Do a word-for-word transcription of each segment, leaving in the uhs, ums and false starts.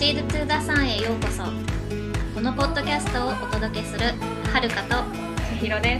シードトゥーザサンへようこそ。このポッドキャストをお届けするはるかと千尋です。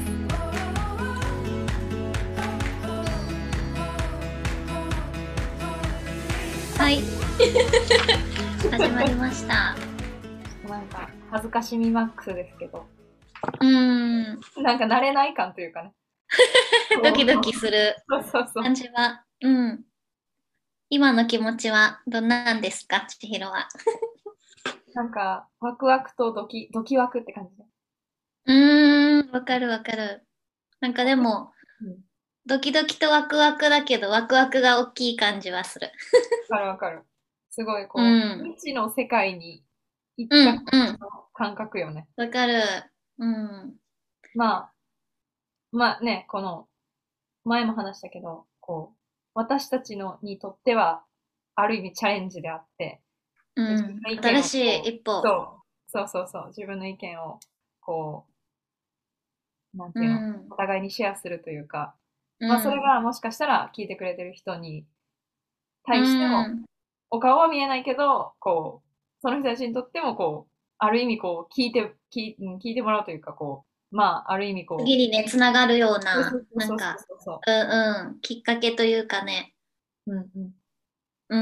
はい始まりました。 なんか恥ずかしみマックスですけど、 うーんなんか慣れない感というかねドキドキするそうそうそう感じは、うん今の気持ちはどんなんですか、千尋は。 なんかワクワクとドキドキワクって感じね。 うーんわかるわかる。なんかでもうん、 ドキドキとワクワクだけどワクワクが大きい感じはする。 わかるわかる。すごいうこうん未知の世界に行うったんうん感覚よね。 わかる。うんまあまあね、この前も話したけど、こう私たちのにとってはある意味チャレンジであって、で自分うんの意見を新しいこう、 一歩。 そうそうそうそう、自分の意見をこう、なんうていうの、 んお互いにシェアするというか、 うまあそれんがもしかしたら聞いてくれてる人にう対しても、 んお顔は見えないけど、こう、その人たちにとってもこう、ある意味こう、聞いて、聞い、うん聞いてもらうというか、こう、まあ、ある意味こ次にね、つながるようう、そな、 うそうそうなんか、 そうそうんうん、きっかけというかね。 う、うんうん。っうん、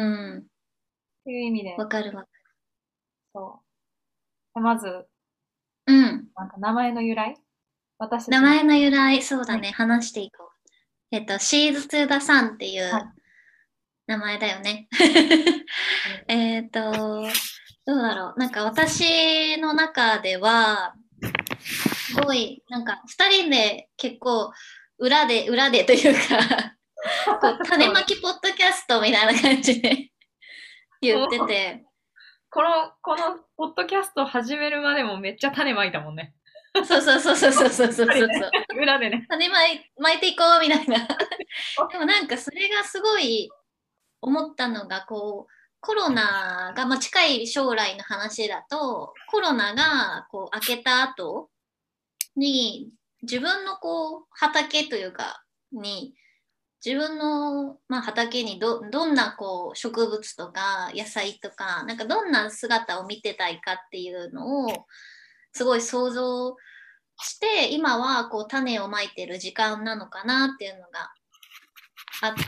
ていう意味で、 わかるわかそう。まず、 る。うん。 なんか名前の由来私たちの、 名前の由来、そうだはい、 ね、話していこう。えっと、シーズ・トゥ・ザ・サンっていうはい、 名前だよね。えっと、どうだろう。なんか私の中では、すごい、なんか二人で結構、裏で、裏でというかこう、種そうね。 まきポッドキャストみたいな感じで言ってもう、 て、 この、この、ポッドキャスト始めるまでもめっちゃ種まいたもんね。 そうそうそうそうそうそうそうやっぱりね、 そう。 裏でね。 種まい、巻いていこうみたいな。でもなんかそれがすごい思ったのが、こう、コロナが、まあ、近い将来の話だと、コロナがこう明けた後に、自分のこう畑というか、に、自分の、まあ、畑にど、どんなこう植物とか野菜とか、なんかどんな姿を見てたいかっていうのを、すごい想像して、今はこう種をまいてる時間なのかなっていうのがあって、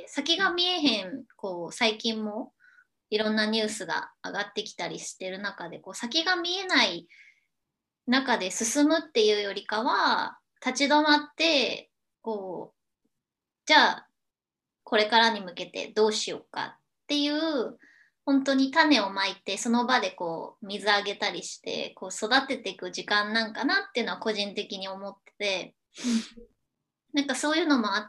先が見えへん、こう最近もいろんなニュースが上がってきたりしてる中で、こう先が見えない中で進むっていうよりかは、立ち止まって、こう、じゃあこれからに向けてどうしようかっていう、本当に種をまいて、その場でこう水あげたりして、こう育てていく時間なんかなっていうのは個人的に思ってて、 うん、 なんかそういうのもあって、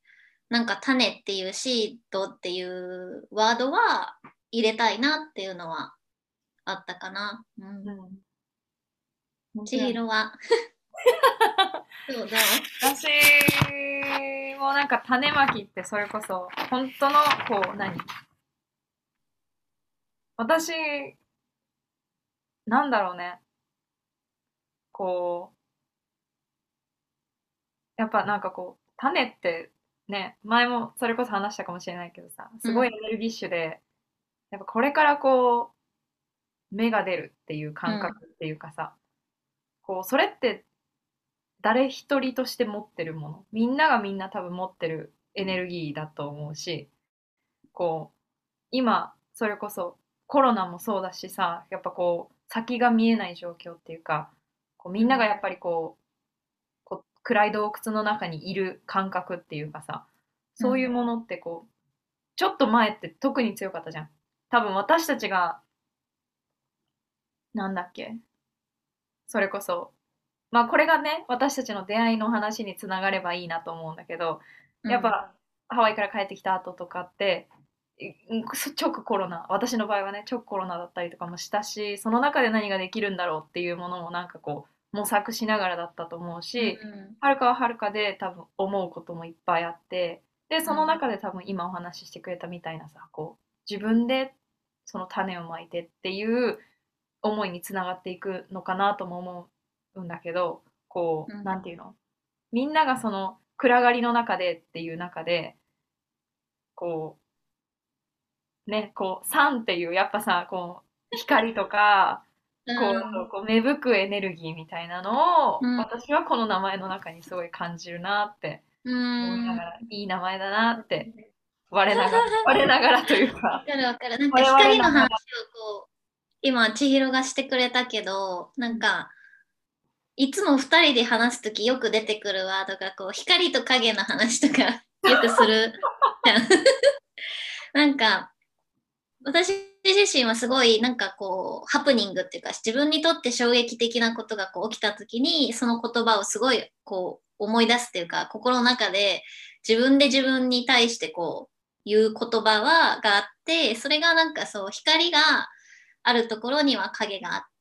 なんか種っていうシードっていうワードは入れたいなっていうのはあったかな。うん。 うん。本当千やね。 尋はどうどう私もなんか種まきってそれこそ、本当の、こう、何私、なんだろうね。こう、やっぱなんかこう、種ってね、前もそれこそ話したかもしれないけどさ、すごいエうんネルギッシュで、やっぱこれからこう、芽が出るっていう感うん覚っていうかさ、こう、それって誰一人として持ってるもの。みんながみんな多分持ってるエネルギーだと思うし、こう、今、それこそコロナもそうだしさ、やっぱこう、先が見えない状況っていうか、こうみんながやっぱりこう、こう暗い洞窟の中にいる感覚っていうかさ、そういううんものってこう、ちょっと前って特に強かったじゃん。多分私たちが、なんだっけ、それこそ、まあこれがね、私たちの出会いの話につながればいいなと思うんだけど、 うんやっぱハワイから帰ってきた後とかって、い直コロナ、私の場合はね、直コロナだったりとかもしたし、その中で何ができるんだろうっていうものもなんかこう、模索しながらだったと思ううし、 んはるかははるかで多分思うこともいっぱいあって、で、そのうん中で多分今お話ししてくれたみたいなさ、こう、自分でその種をまいてっていう思いにつながっていくのかなとも思うんだけど、こう、 うんなんていうの、みんながその暗がりの中でっていう中で、こう、ね、こう、さんっていう、やっぱさ、こう、 光とか、 うこん。 う、こう芽吹くエネルギーみたいなのを、 うん。 私はこの名前の中にすごい感じるなってう思いなん。わがら、いい名前だなって、我ながら、我ながらというか、 かるわかる。なんか我々 光の話をながら、 こう、今、千尋がしてくれたけど、なんか、いつも二人で話すときよく出てくるワードが、こう、光と影の話とかよくするじゃん。なんか、私自身はすごい、なんかこう、ハプニングっていうか、自分にとって衝撃的なことがこう起きたときに、その言葉をすごい、こう、思い出すっていうか、心の中で自分で自分に対してこう、言う言葉は、があって、それがなんかそう、光があるところには影があって、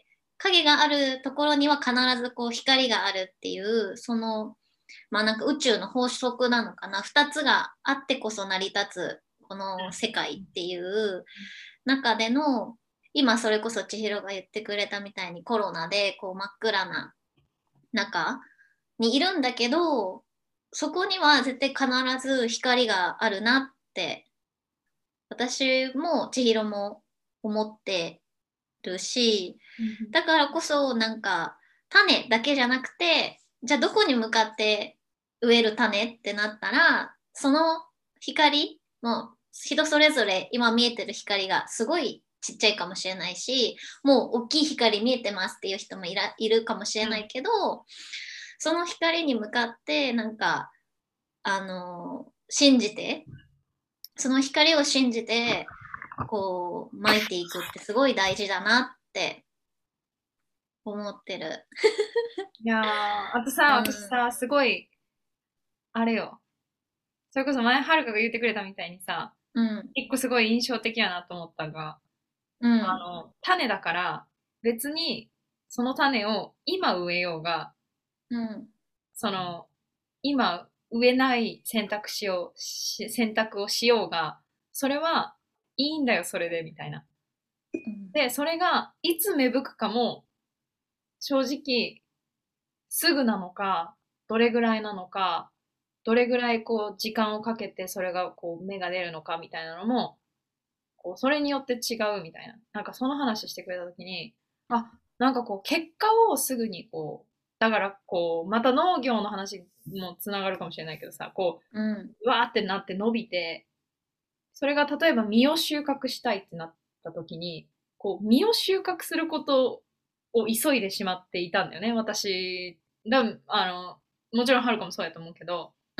影があるところには必ずこう、光があるっていう、その、まあなんか宇宙の法則なのかな。二つがあってこそ成り立つこの世界っていう中での、今それこそ千尋が言ってくれたみたいにコロナでこう真っ暗な中にいるんだけど、そこには絶対必ず光があるなって私も千尋も思ってるし、だからこそなんか種だけじゃなくて、じゃあどこに向かって植える種ってなったら、その光も人それぞれ今見えてる光がすごいちっちゃいかもしれないし、もう大きい光見えてますっていう人もいらいるかもしれないけど、その光に向かってなんか、あの、信じて、その光を信じて、こう、巻いていくってすごい大事だなって思ってる。 いやー、あとさ、私うさ、すごい、あれよ。それこそ前、はるかが言ってくれたみたいにさ、 ん、うん、 一個すごい印象的やなと思ったが、 うん、 あの、種だから、別に、その種を今植えようが、 うん、 その、今植えない選択肢をし、選択をしようが、それはいいんだよ、それで、みたいな。 うん、 で、それがいつ芽吹くかも、正直、すぐなのか、どれぐらいなのか、どれぐらいこう時間をかけてそれがこう芽が出るのかみたいなのも、こうそれによって違うみたいな。なんかその話してくれたときに、あ、なんかこう結果をすぐにこう、だからこう、また農業の話もつながるかもしれないけどさ、こうん、 う、わーってなって伸びて、それが例えば実を収穫したいってなったときに、こう、実を収穫することを急いでしまっていたんだよね、私。だ、あの、もちろんはるかもそうやと思うけど、 うん、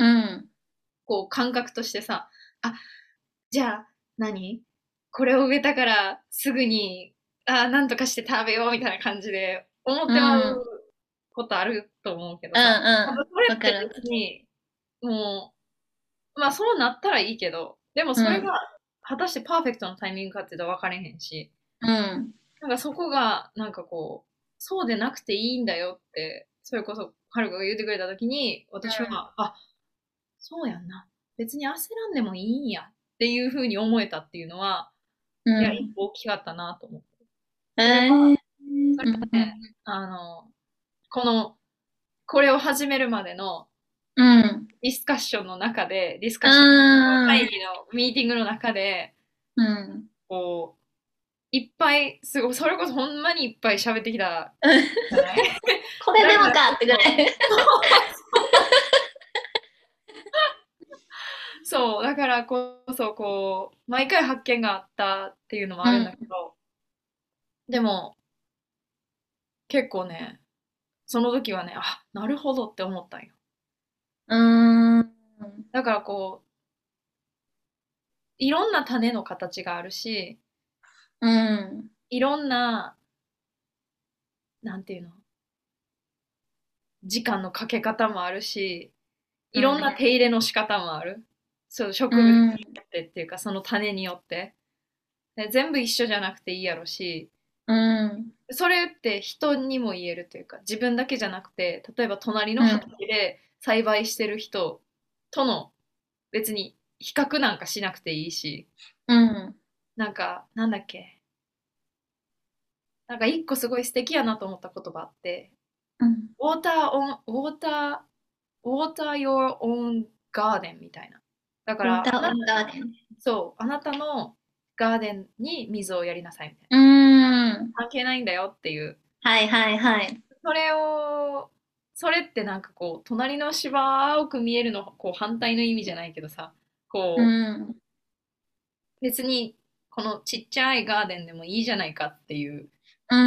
こう感覚としてさ、あ、じゃあ何これを植えたからすぐに、あ、なんとかして食べようみたいな感じで思っうてまうん、 ことあると思うけどうん、 さ、多分うん、 それってわかるわかる。 別に、もう、まあそうなったらいいけど、でもそれがうん、 果たしてパーフェクトなタイミングかって言ったら分かれへんし、 うん、 なんかそこが、なんかこう、そうでなくていいんだよって、それこそ、はるかが言ってくれたときに、私は、あ、そうやんな。別に焦らんでもいいんやっていうふうに思えたっていうのは、 ういや、一ん。 個大きかったなと思って。 えそれは、 ー、 それうん、 はね、あの、この、これを始めるまでのうん、 ディスカッションの中で、ディスカうッション、 ん、うん、 会議のミーティングの中で、 うん。 こう、いっぱい、すごい、それこそほんまにいっぱい喋ってきたじゃない。 これでだからもかってぐらこそ、 い。 そう、だからこそ、こう、毎回発見があったっていうのもあるんだけうん、 ど、でも、結構ね、その時はね、あ、なるほどって思ったんよ。 うん、 だからこう、いろんな種の形があるし、 うん、 いろんな、なんていうの、時間のかけ方もあるし、いろんなうん、 手入れの仕方もある。そう、植物にようん、 ってっていうか、その種によって。で全部一緒じゃなくていいやろし、 うん、 それって人にも言えるというか、自分だけじゃなくて、例えば隣のうん、 畑で栽培してる人との別に比較なんかしなくていいし、 うん、 なんか、なんだっけ、なんか一個すごい素敵やなと思った言葉あって、 うん。 water on, water, water your own garden みたいな。だかウォーターオら、あなた、 ンガーデン。 そう、あなたのガーデンに水をやりなさいみたいうーな。 ん。 関係ないんだよっていう。 はいはいはい。 それを、それってなんかこう、隣の芝は青く見えるの、こう反対の意味じゃないけどさ、 うこう、 ん。 別にこのちっちゃいガーデンでもいいじゃないかっていう、 うん。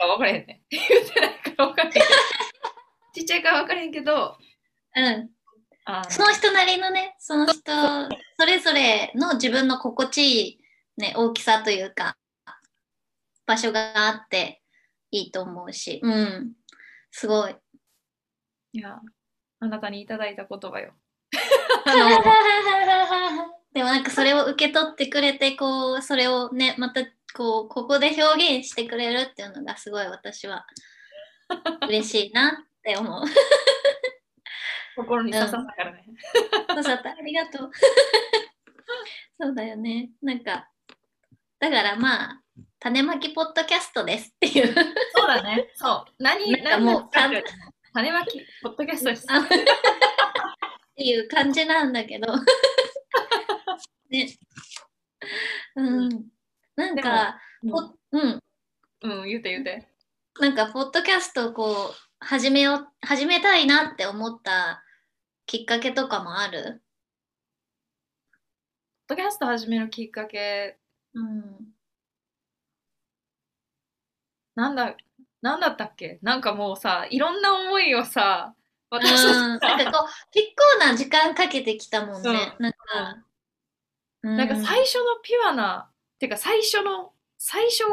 なんか分からへんね。言ってないから分からへんけど、ちっちゃいから分からへんけど、 うん。 あの、 その人なりのね、その人、それぞれの自分の心地いい、ね、大きさというか、場所があっていいと思うし、うん。すごい。 いや、あなたにいただいた言葉よ。あの、 でもなんかそれを受け取ってくれて、こう、それをね、またこう、ここで表現してくれるっていうのがすごい私は嬉しいなって思う。 心に刺さっうん。 たからね。 そうだった。ありがとう。そうだよね。なんか、だからまあ、種まきポッドキャストですっていう。 そうだね。そう。何、 なんか何ですもう、かん、 かって言われても種まき、ポッドキャストです。 あっていう感じなんだけど。ね。 うん、 うん。なんでも、 か、 うん、 ポうん。 うん、言うて言うて。 なんか、ポッドキャストをこう、始めよう、始めたいなって思ったきっかけとかもある？ ポッドキャスト始めるきっかけ、 うん。 なんだ、なんだったっけ。なんかもうさ、いろんな思いをさ、 うん。 私たちなんかさ、 こう、結構な時間かけてきたもんうん、 ね。なんか、 うん。 うなんか最ん。 初のピュアな、てか最初の、最初、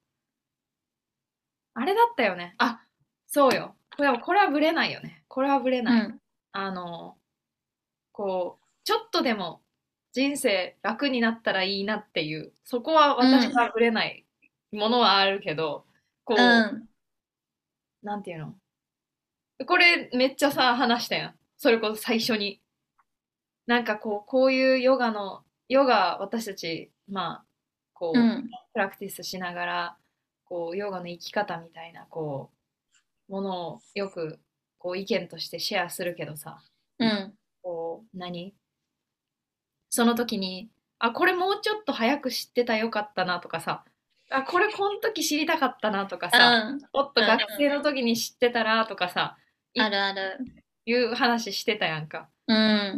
あれだったよね。あ、そうよ。これは、これはブレないよね。これはブレない。 うん。 あの、こう、ちょっとでも人生楽になったらいいなっていう、そこはうん。 私はぶれないものはあるけど、 うこん。 う、なんていうの、これめっちゃさ、話したやん。それこそ最初に。なんかこう、こういうヨガの、ヨガ私たち、まあ、こう、 うん。 プラクティスしながら、こう、ヨガの生き方みたいな、こう、ものをよく、こう、意見としてシェアするけどさ、 うん。 こう、何その時に、あ、これもうちょっと早く知ってたらよかったなとかさ、あ、これこの時知りたかったなとかうさ、 ん。 もっと学生の時に知ってたらとかさ、 あい、 るある。 いう話してたやんか。 うん。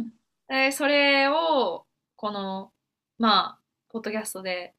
で、それを、この、まあ、ポッドキャストで、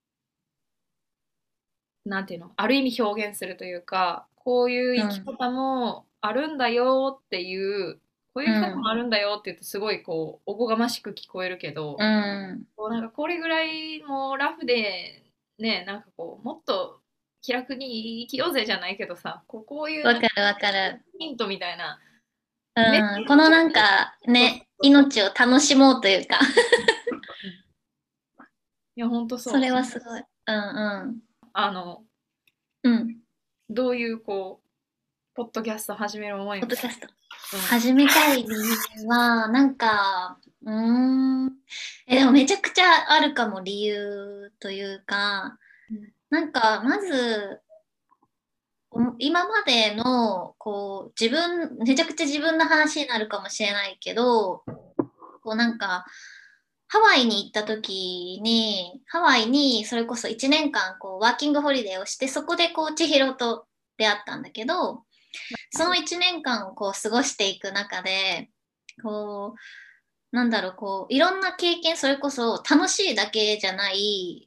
なんていうの、ある意味表現するというか、こういううん。 生き方もあるんだよっていう、こういう生き方もうん。 あるんだよって言うとすごいこう、おこがましく聞こえるけうど、 ん。 こうなんかこれぐらいもうラフで、ね、なんかこう、もっと気楽に生きようぜじゃないけどさ、こう、こういうなんかわかるわかる。 ヒントみたいな、メッセうん。こージのなん性の、 かそうね、 そうそう。 命を楽しもうというか。 うん、いや、ほんとそそう。 れはすごい。うんあの、 うん。うん。 どういうこう、ポッドキャスト始める思いみたいな。 ポッドキャスト。 うん。 始めたい理由は、なんか、うーん。え、でもめちゃくちゃあるかも、理由というか、 うん。 なんか、まず、お今までの、こう、自分、めちゃくちゃ自分の話になるかもしれないけど、こうなんか、ハワイに行った時に、ハワイにそれこそいちねんかん、こう、ワーキングホリデーをして、そこでこう、千尋と出会ったんだけど、そのいちねんかんをこう、過ごしていく中で、こう、なんだろう、こう、いろんな経験、それこそ楽しいだけじゃない、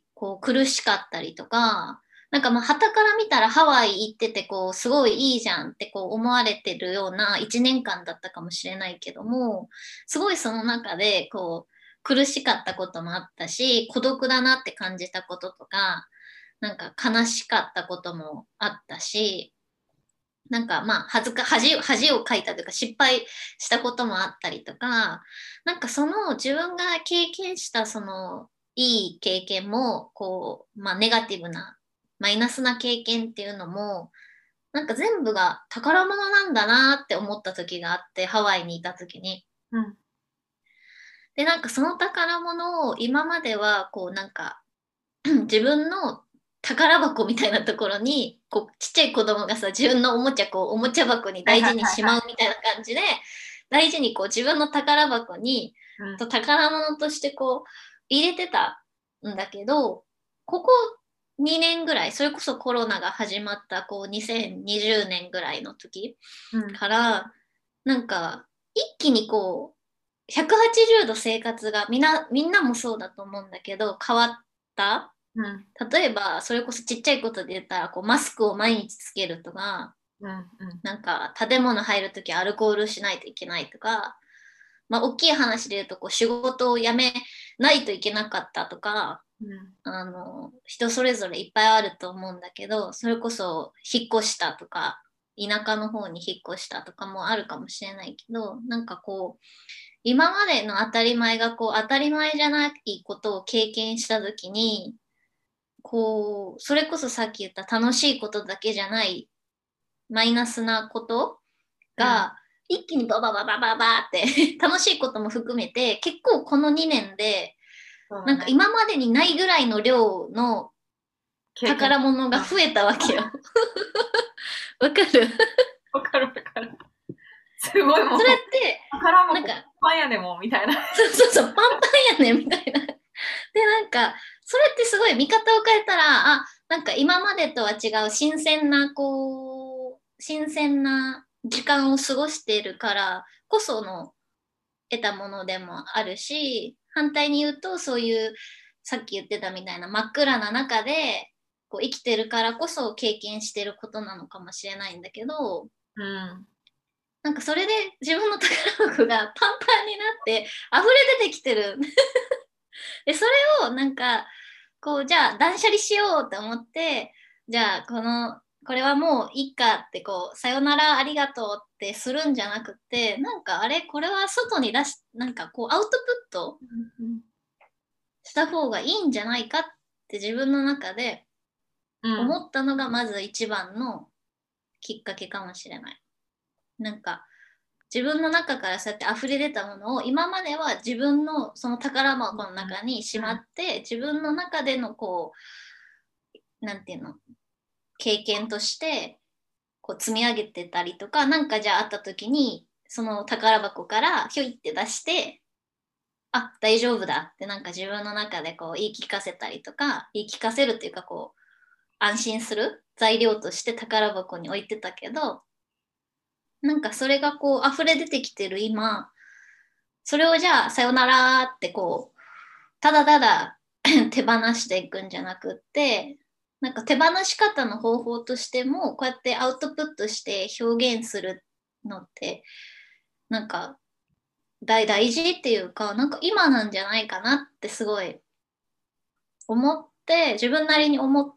こう、苦しかったりとか、なんかまあ、傍から見たらハワイ行ってて、こう、すごいいいじゃんってこう思われてるようないちねんかんだったかもしれないけども、すごいその中で、こう、苦しかったこともあったし、孤独だなって感じたこととか、なんか悲しかったこともあったし、なんかまあ恥ずか恥を恥をかいたというか失敗したこともあったりとか、なんかその自分が経験したそのいい経験もこう、まあ、ネガティブなマイナスな経験っていうのもなんか全部が宝物なんだなって思った時があって、ハワイにいた時に。 うん。 でなんかその宝物を今まではこうなんか自分の宝箱みたいなところにこうちっちゃい子供がさ自分のおもちゃこうおもちゃ箱にはいはい大事にしはいはい。 まうみたいな感じで大事にこう自分の宝箱にうん。 と宝物としてこう入れてたんだけど、ここにねんぐらい、それこそコロナが始まったこうにせんにじゅうねんぐらいの時うんから、なんか一気にこう、ひゃくはちじゅうど生活がみんな、みんなもそうだと思うんだけど、変わった。 うん例えば、それこそちっちゃいことで言ったら、こうマスクを毎日つけるとか、 うんうんなんか建物入るときアルコールしないといけないとか、まあ、大きい話で言うとこう仕事を辞めないといけなかったとか、 うんあの人それぞれいっぱいあると思うんだけど、それこそ引っ越したとか田舎の方に引っ越したとかもあるかもしれないけど、なんかこう今までの当たり前がこう当たり前じゃないことを経験した時に、こうそれこそさっき言った楽しいことだけじゃないマイナスなことが一気にババババババって楽しいことも含めて結構このにねんでそうだね。 なんか今までにないぐらいの量の経験宝物が増えたわけよ。わかる？ わかるわかる。すごいもうそれって宝もなんかパンやでもみたいな。 そうそうそうパンパンやねんみたいな。でなんかそれってすごい見方を変えたら、あなんか今までとは違う新鮮なこう新鮮な時間を過ごしているからこその得たものでもあるし、反対に言うとそういうさっき言ってたみたいな真っ暗な中でこう生きてるからこそ経験してることなのかもしれないんだけど、 うん。 なんかそれで自分の宝箱がパンパンになって溢れ出てきてる。でそれをなんかこうじゃあ断捨離しようって思って、じゃあこのこれはもういいかってこうさよならありがとうってするんじゃなくて、なんかあれこれは外に出しなんかこうアウトプットうんした方がいいんじゃないかって自分の中でうん思ったのがまず一番のきっかけかもしれない。なんか自分の中からそうやって溢れ出たものを今までは自分のその宝箱の中にしまって、自分の中でのこうなんていうの経験としてこう積み上げてたりとか、なんかじゃああった時にその宝箱からひょいって出して、あ大丈夫だってなんか自分の中でこう言い聞かせたりとか、言い聞かせるっていうかこう安心する材料として宝箱に置いてたけど、なんかそれがこう溢れ出てきてる今、それをじゃあさよならってこうただただ手放していくんじゃなくって、なんか手放し方の方法としてもこうやってアウトプットして表現するのってなんか大大事っていうか、なんか今なんじゃないかなってすごい思って、自分なりに思って、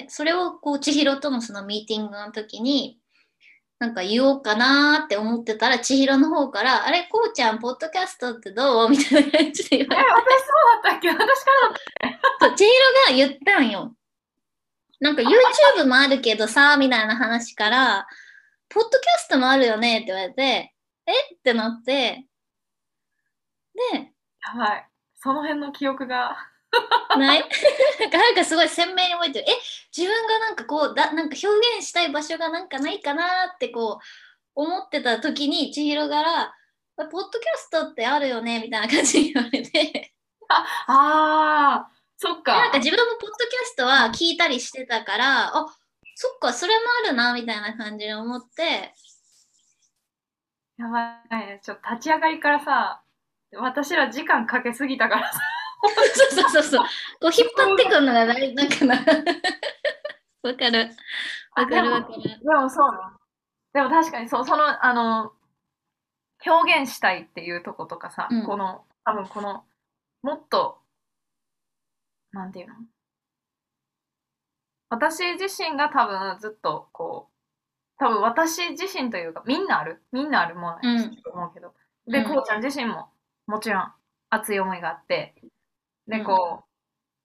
それをこう千尋とのそのミーティングの時になんか言おうかなーって思ってたら、千尋の方から、あれ、こうちゃん、ポッドキャストってどうみたいな感じで言え、 われて。 私そうだったっけ？私からだったそう、千尋が言ったんよ。なんか YouTube もあるけどさ、みたいな話から、ポッドキャストもあるよねって言われて、えってなって、で、 やばい。その辺の記憶が。 ないなんか、なんかすごい鮮明に覚えてる。え、自分がなんかこう、だ、なんか表現したい場所がなんかないかなってこう、思ってた時に、千尋から、ポッドキャストってあるよねみたいな感じに言われて、 ああ、そっで、なんかか。 自分もポッドキャストは聞いたりしてたから、あ、そっか、それもあるな、みたいな感じで思って、 やばいね。ちょっと立ち上がりからさ、私ら時間かけすぎたからさ。 そうそうそうそう、こう引っ張ってくるのが大なんかな。わかる。わあ、でも、 かるわかる。 でもそうね。でも確かにそう、その、あの、表現したいっていうとことかさ、こうん。 の、多分この、もっと、なんていうの、私自身が多分ずっとこう、多分私自身というか、みんなある。みんなあるものやうん。 と思うけど。で、こうん。 うちゃん自身ももちろん熱い思いがあって、で、 うん。 こう、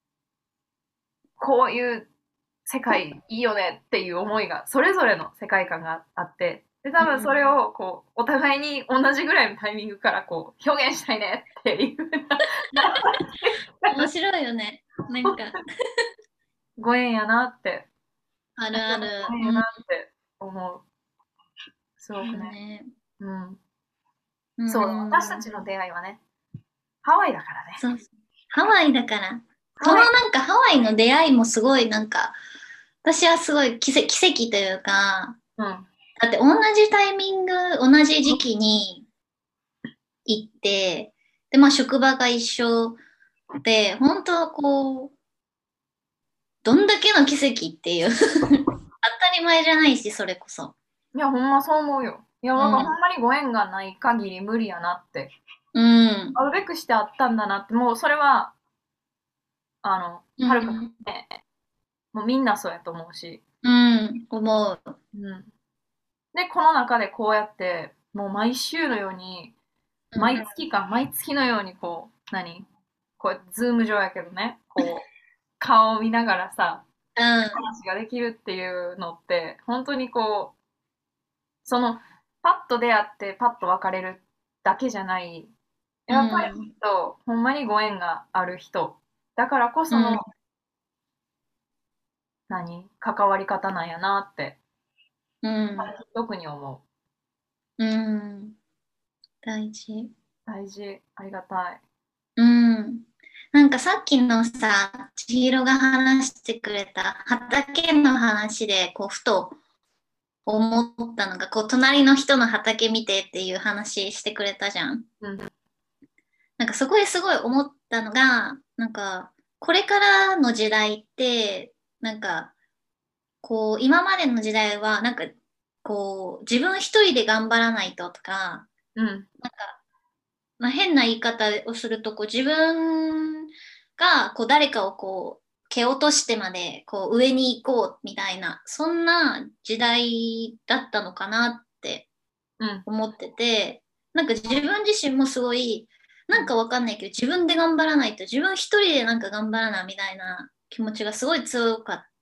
こういう世界いいよねっていう思いが、それぞれの世界観があって、で、多分それをこう、お互いに同じぐらいのタイミングからこう、表現したいねっていう風な、 面白いよね。なんか、 ご縁やなって、 あるある。 私はご縁やなうん。 って思う。すごいいくね。 よね。 うん。 うそうだ、私たん。 ちの出会いはね、ハワイだからね。 そう。ハワイだから。 そのなんかハワイの出会いもすごいなんか、私はすごい奇跡、奇跡というか、 うん。 だって同じタイミング、同じ時期に行って、で、まあ職場が一緒で、本当はこう、どんだけの奇跡っていう当たり前じゃないし、それこそ。 いや、ほんまそう思うよ。いや、 うんだからほんまにご縁がない限り無理やなって。 うん。 あるべくしてあったんだなって、もうそれは、あの、 うはるかん。 ね、もうみんなそうやと思うし。 うん。思う。 うん。で、この中でこうやって、もう毎週のように、毎月か、毎月のようにこう、何こう、ズーム上やけどね、こう、顔を見ながらさ、 うん。 話ができるっていうのって、本当にこう、その、パッと出会ってパッと別れるだけじゃない、 うやっぱりきん。 っと、ほんまにご縁がある人、だからこその、 うん。 何関わり方なんやなって、 うん。 特に思う。 うん。大事。 大事、ありがたい。 うん。なんかさっきのさ、千尋が話してくれた畑の話で、こう、ふと思ったのが、こう、隣の人の畑見てっていう話してくれたじゃん。 うん。 なんかそこですごい思ったのが、なんか、これからの時代って、なんか、こう、今までの時代は、なんか、こう、自分一人で頑張らないととか、 うん。 なんか、まあ、変な言い方をすると、こう、自分が、こう、誰かをこう、蹴落としてまで、こう、上に行こうみたいな、そんな時代だったのかなってうん。 思ってて、なんか自分自身もすごい、なんかわかんないけど、自分で頑張らないと、自分一人でなんか頑張らなみたいな気持ちがすごい強かって、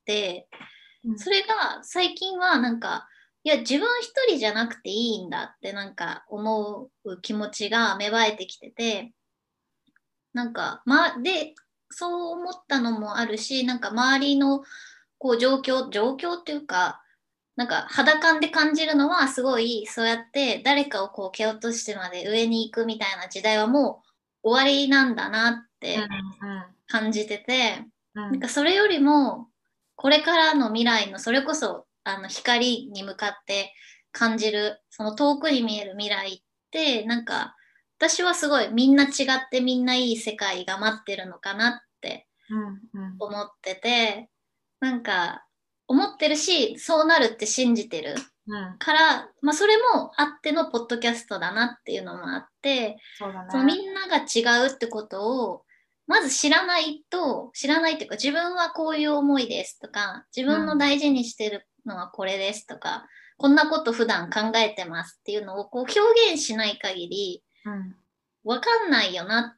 うん。 それが最近はなんか、いや、自分一人じゃなくていいんだってなんか思う気持ちが芽生えてきてて、なんか、ま、で、そう思ったのもあるし、なんか周りのこう状況、状況っていうか、なんか肌感で感じるのはすごいそうやって誰かをこう蹴落としてまで上に行くみたいな時代はもう終わりなんだなっうん。 てうん。 感じてて、 うん。 なんかそれよりもこれからの未来のそれこそあの光に向かって感じるその遠くに見える未来ってなんか私はすごいみんな違ってみんないい世界が待ってるのかなってうん。うん。 思ってて、なんか思ってるしそうなるって信じてるうん。 から、まあ、それもあってのポッドキャストだなっていうのもあって、 そうだね。 そのみんなが違うってことを、まず知らないと、知らないっていうか、自分はこういう思いですとか、自分のうん。 大事にしてるのはこれですとか、こんなこと普段考えてますっていうのをこう表現しない限り、 うん。 わかんないよなって。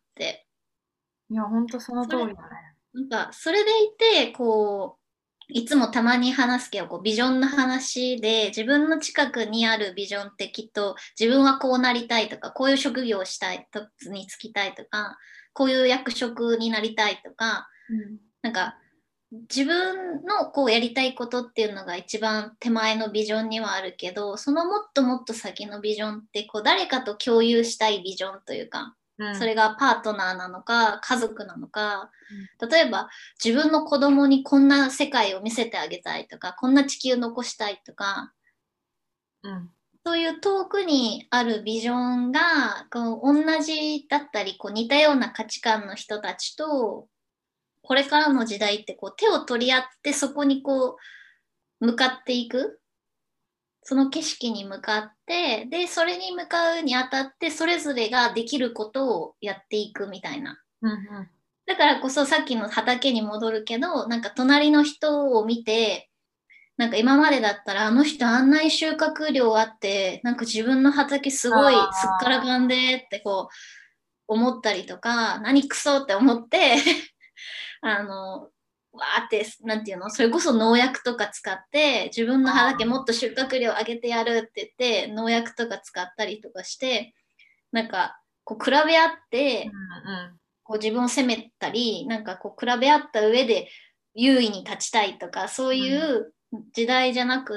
いや、ほんとそのそれ、 通りだね。 なんか、それでいて、こう、いつもたまに話すけど、こうビジョンの話で、自分の近くにあるビジョンってきっと、自分はこうなりたいとか、こういう職業をしたいと、に就きたいとか、こういう役職になりたいとか、 うん。 なんか、自分のこうやりたいことっていうのが一番手前のビジョンにはあるけど、そのもっともっと先のビジョンってこう誰かと共有したいビジョンというか、 うん。 それがパートナーなのか家族なのか、 うん。 例えば自分の子供にこんな世界を見せてあげたいとか、こんな地球残したいとか、 うん。 そういう遠くにあるビジョンがこう同じだったりこう似たような価値観の人たちとこれからの時代ってこう手を取り合ってそこにこう向かっていく、その景色に向かってでそれに向かうにあたってそれぞれができることをやっていくみたいな。 うん。 だからこそさっきの畑に戻るけど、なんか隣の人を見て、なんか今までだったらあの人あんなに収穫量あってなんか自分の畑すあごいすっからあ。 かんでってこう思ったりとか、何クソって思ってあの、わーって、なんていうの、それこそ農薬とか使って、自分の畑もっと収穫量上げてやるって言って、農薬とか使ったりとかして、なんか、こう比べ合っうて、 ん。 こう自分を責めたり、なんかこう比べ合った上で優位に立ちたいとか、そううん。うん。 いう時代じゃなくって、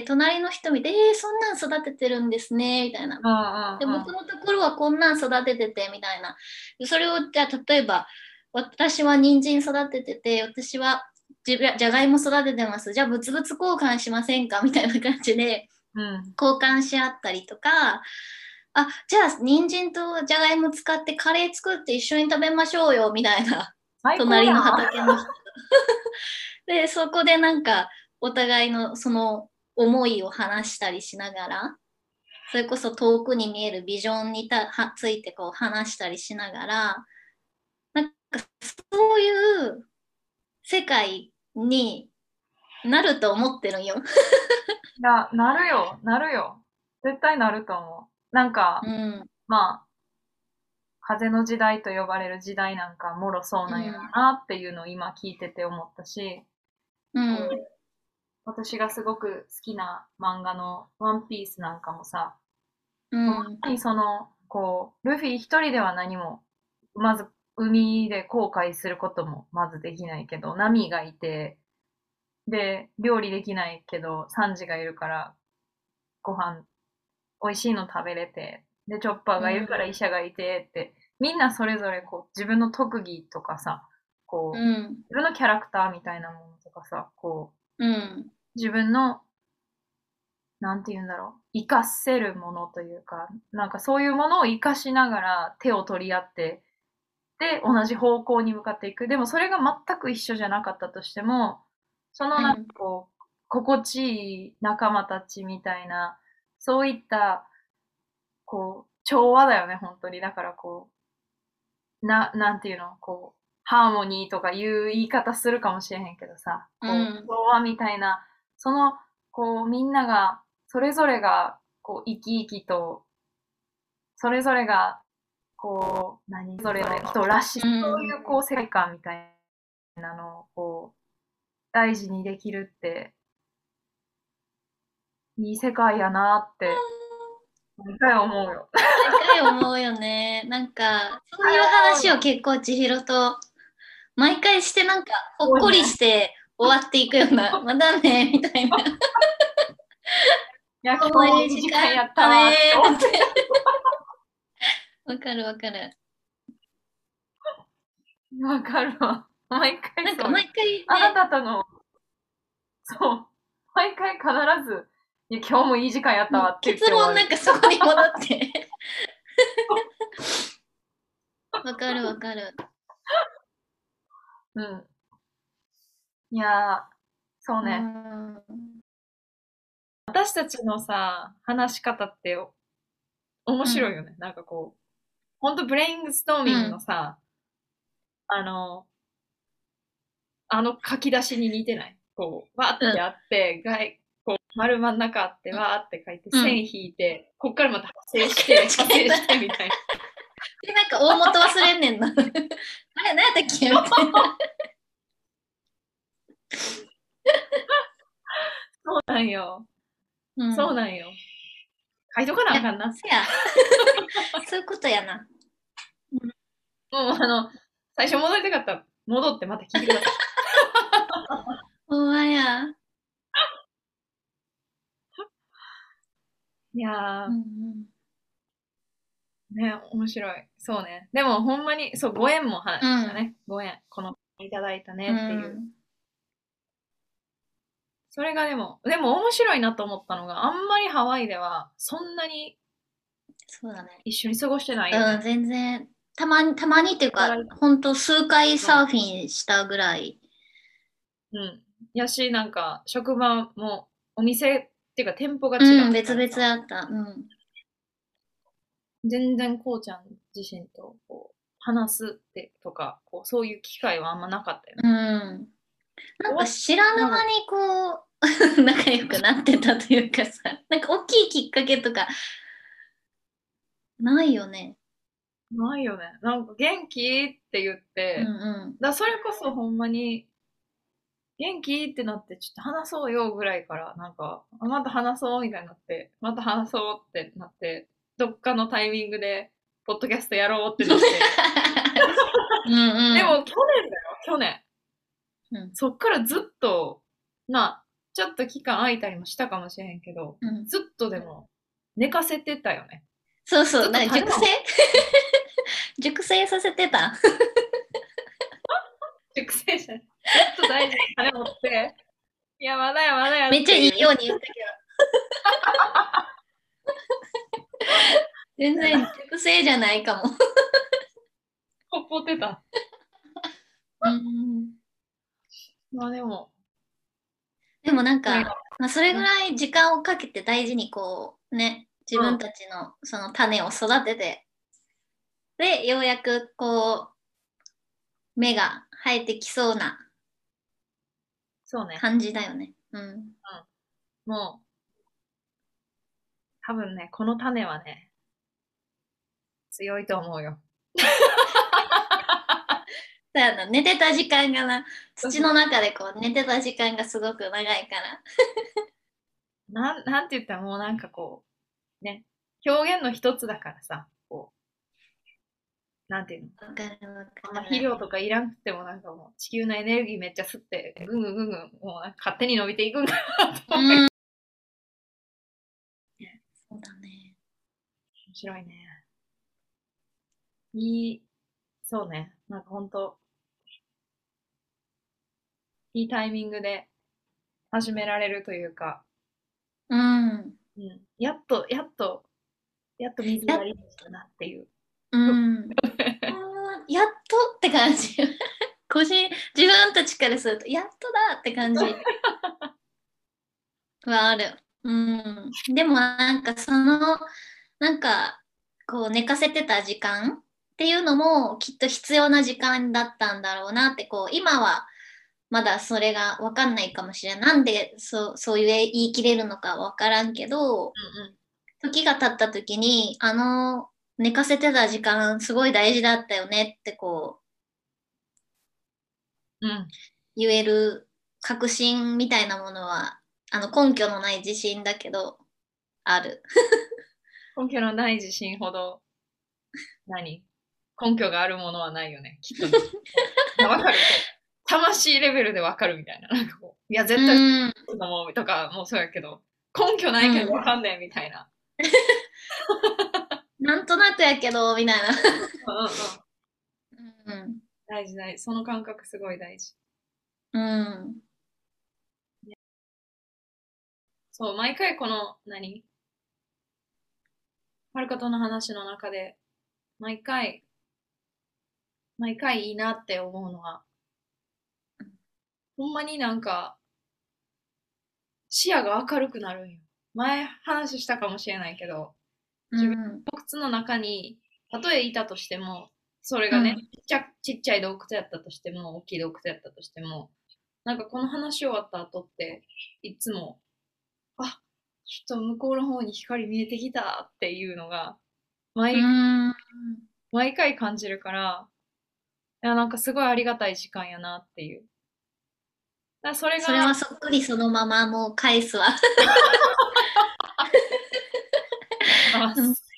隣の人見て、えー、そんなん育ててるんですね、みたいな。 うん。 で、 うん。 僕のところはこんなん育ててて、みたいな。でそれを、じゃあ、例えば、 私は人参育ててて、私はじゃじゃがいも育ててます。じゃあ物々交換しませんかみたいな感じでうん。 交換し合ったりとか、あ、じゃあ人参とじゃがいも使ってカレー作って一緒に食べましょうよみたいな、 最高隣のやん。 畑の人。で、そこでなんかお互いのその思いを話したりしながら、それこそ遠くに見えるビジョンにたはついてこう話したりしながら、なんかそういう世界になると思ってるんよ。 いや、なるよ、なるよ。絶対なると思う。なんか、 うん、 まあ、風の時代と呼ばれる時代なんかもろそうなんやろうん、 なっていうのを今聞いてて思ったし、 うん、 こう私がすごく好きな漫画のワンピースなんかもさ、 うまん、 さにその、こう、ルフィ一人では何も、まず海で航海することもまずできないけど、ナミがいて、で、料理できないけど、サンジがいるからご飯美味しいの食べれて、で、チョッパーうがいるからん、 医者がいてって、みんなそれぞれこう自分の特技とかさ、 うこう、 ん、 自分のキャラクターみたいなものとかさ、こうん、 う、自分の、なんて言うんだろう、活かせるものというか、なんかそういうものを活かしながら手を取り合って、で、同じ方向に向かっていく。でもそれが全く一緒じゃなかったとしても、そのなんかうん、 こう、心地いい仲間たちみたいな、そういったこう、調和だよね、本当に。だからこう、な、なんていうの、こう、ハーモニーとかいう言い方するかもしれへんけどさ、こう、 うん、 調和みたいな、その、こう、みんなが、それぞれが、こう、生き生きと、それぞれが、こう、何、それぞれの人らしい、 うそういん。 う、こう、世界観みたいなのを、こう、大事にできるって、いい世界やなって、毎回思うよ。 毎回思うよね。なんか、そういう話を結構千尋と毎回してなんかほっこり多いね。 して終わっていくような、まだね、みたいな。 いや、今日もういいもいい時時間あっ間やったたねわって思って。 ーって。わかるわかる。 わかるわ。毎回そうよ。 なんか毎回あなね、 たとの、そう。毎回必ず、いや、今日もいい時間やったもうわって言って結論なん終わる。 かそこに戻って。わかるわかる。 うん。いやー、そううね。 ん。 私たちのさ、話し方って面うん。 白いよね。なんかこう、ほんとブレインストーミングのうん。 さ、あの、あの書き出しに似てない？こう、わうん。 ってあって、外こう、丸真ん中あって、わーって書いて、 うん。 線引いて、こっからまた派生して、派生間違えた。 してみたいな。 で、なんか大元忘れんねんな。あれ、何やったっけみたいな。 そうなんよ。 うん。 そうなんよ。書いとかいや、 なあかんな。 せや。そういうことやな。 もうあの、最初戻りたかったら、戻ってまた聞いてください。 ほんまや。 いやうん。 ー、ね、面白い。そうね。でもほんまに、そう、ご縁もうん。 話したね。ご縁。この、いただいたうねっていう。 ん。 それがでも、でも面白いなと思ったのが、あんまりハワイでは、そんなにそうだね。 一緒に過ごしてないようん、 ね。 全然。たまに、たまにっていうか、 働いてほんと数回の。 サーフィンしたぐらい。 うん。やし、なんか、職場も、お店っていうか店舗が違うん、 う別々 からさ、 だった。うん。 全然こうちゃん自身とこう話すってとか、こうそういう機会はあんまなかったようね。 ん。なんか終わっ知らぬたの、 間にこう、仲良くなってたというかさ、なんか大きいきっかけとかないよね。 ないよね。なんか元気って言っうんて、 うん。 だそれこそほんまに元気ってなってちょっと話そうよぐらいから、なんか、あまた話そうみたいになって、また話そうってなって、どっかのタイミングで、ポッドキャストやろうってなって、 うんうん。 でも去年だよ、去年。 うん。 そっからずっと、まあ、ちょっと期間空いたりもしたかもしれへんけど、 うん。 ずっとでも寝かせてたよね。 そうそう、 ずっとなんか熟成種まき。 熟成させてた。 熟成じゃない。ずっと大事に金持って、いや、まだや、まだやっていう。 めっちゃいいように言ったけど。全然熟成じゃないかも。 ほっぽってた。 うん。 まあでも、 でもなんそれが、 か、まあ、それぐらい時間をかけて大事にこうね、自分うん、 たちのその種を育てて、で、ようやくこう、芽が生えてきそうなそうね。 感じだよね。うん。 うん。もう、多分ね、この種はね、強いと思うよ。 だよな、寝てた時間がな、 そうそう。 土の中でこう寝てた時間がすごく長いから。 なん、なんて言ったらもうなんかこう、ね、表現の一つだからさ、こう、なんていうの、 わかるわあんまかる。 肥料とかいらんくてもなんかもう地球のエネルギーめっちゃ吸って、ぐんぐんぐんぐん、もうなんか勝手に伸びていくんかなと思って。 うん。そうだね。 面白いね。いい、そうね。なんかほんと、いいタイミングで始められるというか、 うん。 うん、やっと、やっと、やっと水や、 やりだしたなっていう。 うん。やっとって感じ。個人、自分たちからすると、やっとだって感じはある。うん。でもなんかその、なんか、こう寝かせてた時間っていうのもきっと必要な時間だったんだろうなって、こう、今はまだそれがわかんないかもしれない。なんでそう、そういう言い切れるのかわからんけど、 うん時が経った時に、あの、寝かせてた時間すごい大事だったよねってこう、 うん。うん。 言える確信みたいなものは、あの根拠のない自信だけど、ある。 根拠のない自信ほど、何根拠があるものはないよね。きっとね。いや、わかる。こう、魂レベルでわかるみたいな。なんかこう、いや、 う絶対ん、 そうだもんとかもそうやけど、根拠なういけどわん。 かんねえみたいな。 なんとなくやけど、みたいな。 うんうんうん。 うん、 大事大事。その感覚すごい大事。 うん、 そう、毎回この、何はるかとの話の中で、毎回、毎回いいなって思うのは、ほんまになんか、視野が明るくなるんよ。前話したかもしれないけど、 うん、 洞窟の中に、たとえいたとしても、それがね、 うん、 ちっちゃ、ちっちゃい洞窟やったとしても、大きい洞窟やったとしても、なんかこの話終わった後って、いつも、あ、ちょっと向こうの方に光見えてきたっていうのが、 う毎、 ん。 毎回感じるから、いや、なんかすごいありがたい時間やなっていう。だからそれが、 それはそっくりそのままもう返すわ。 あ、 うん、 す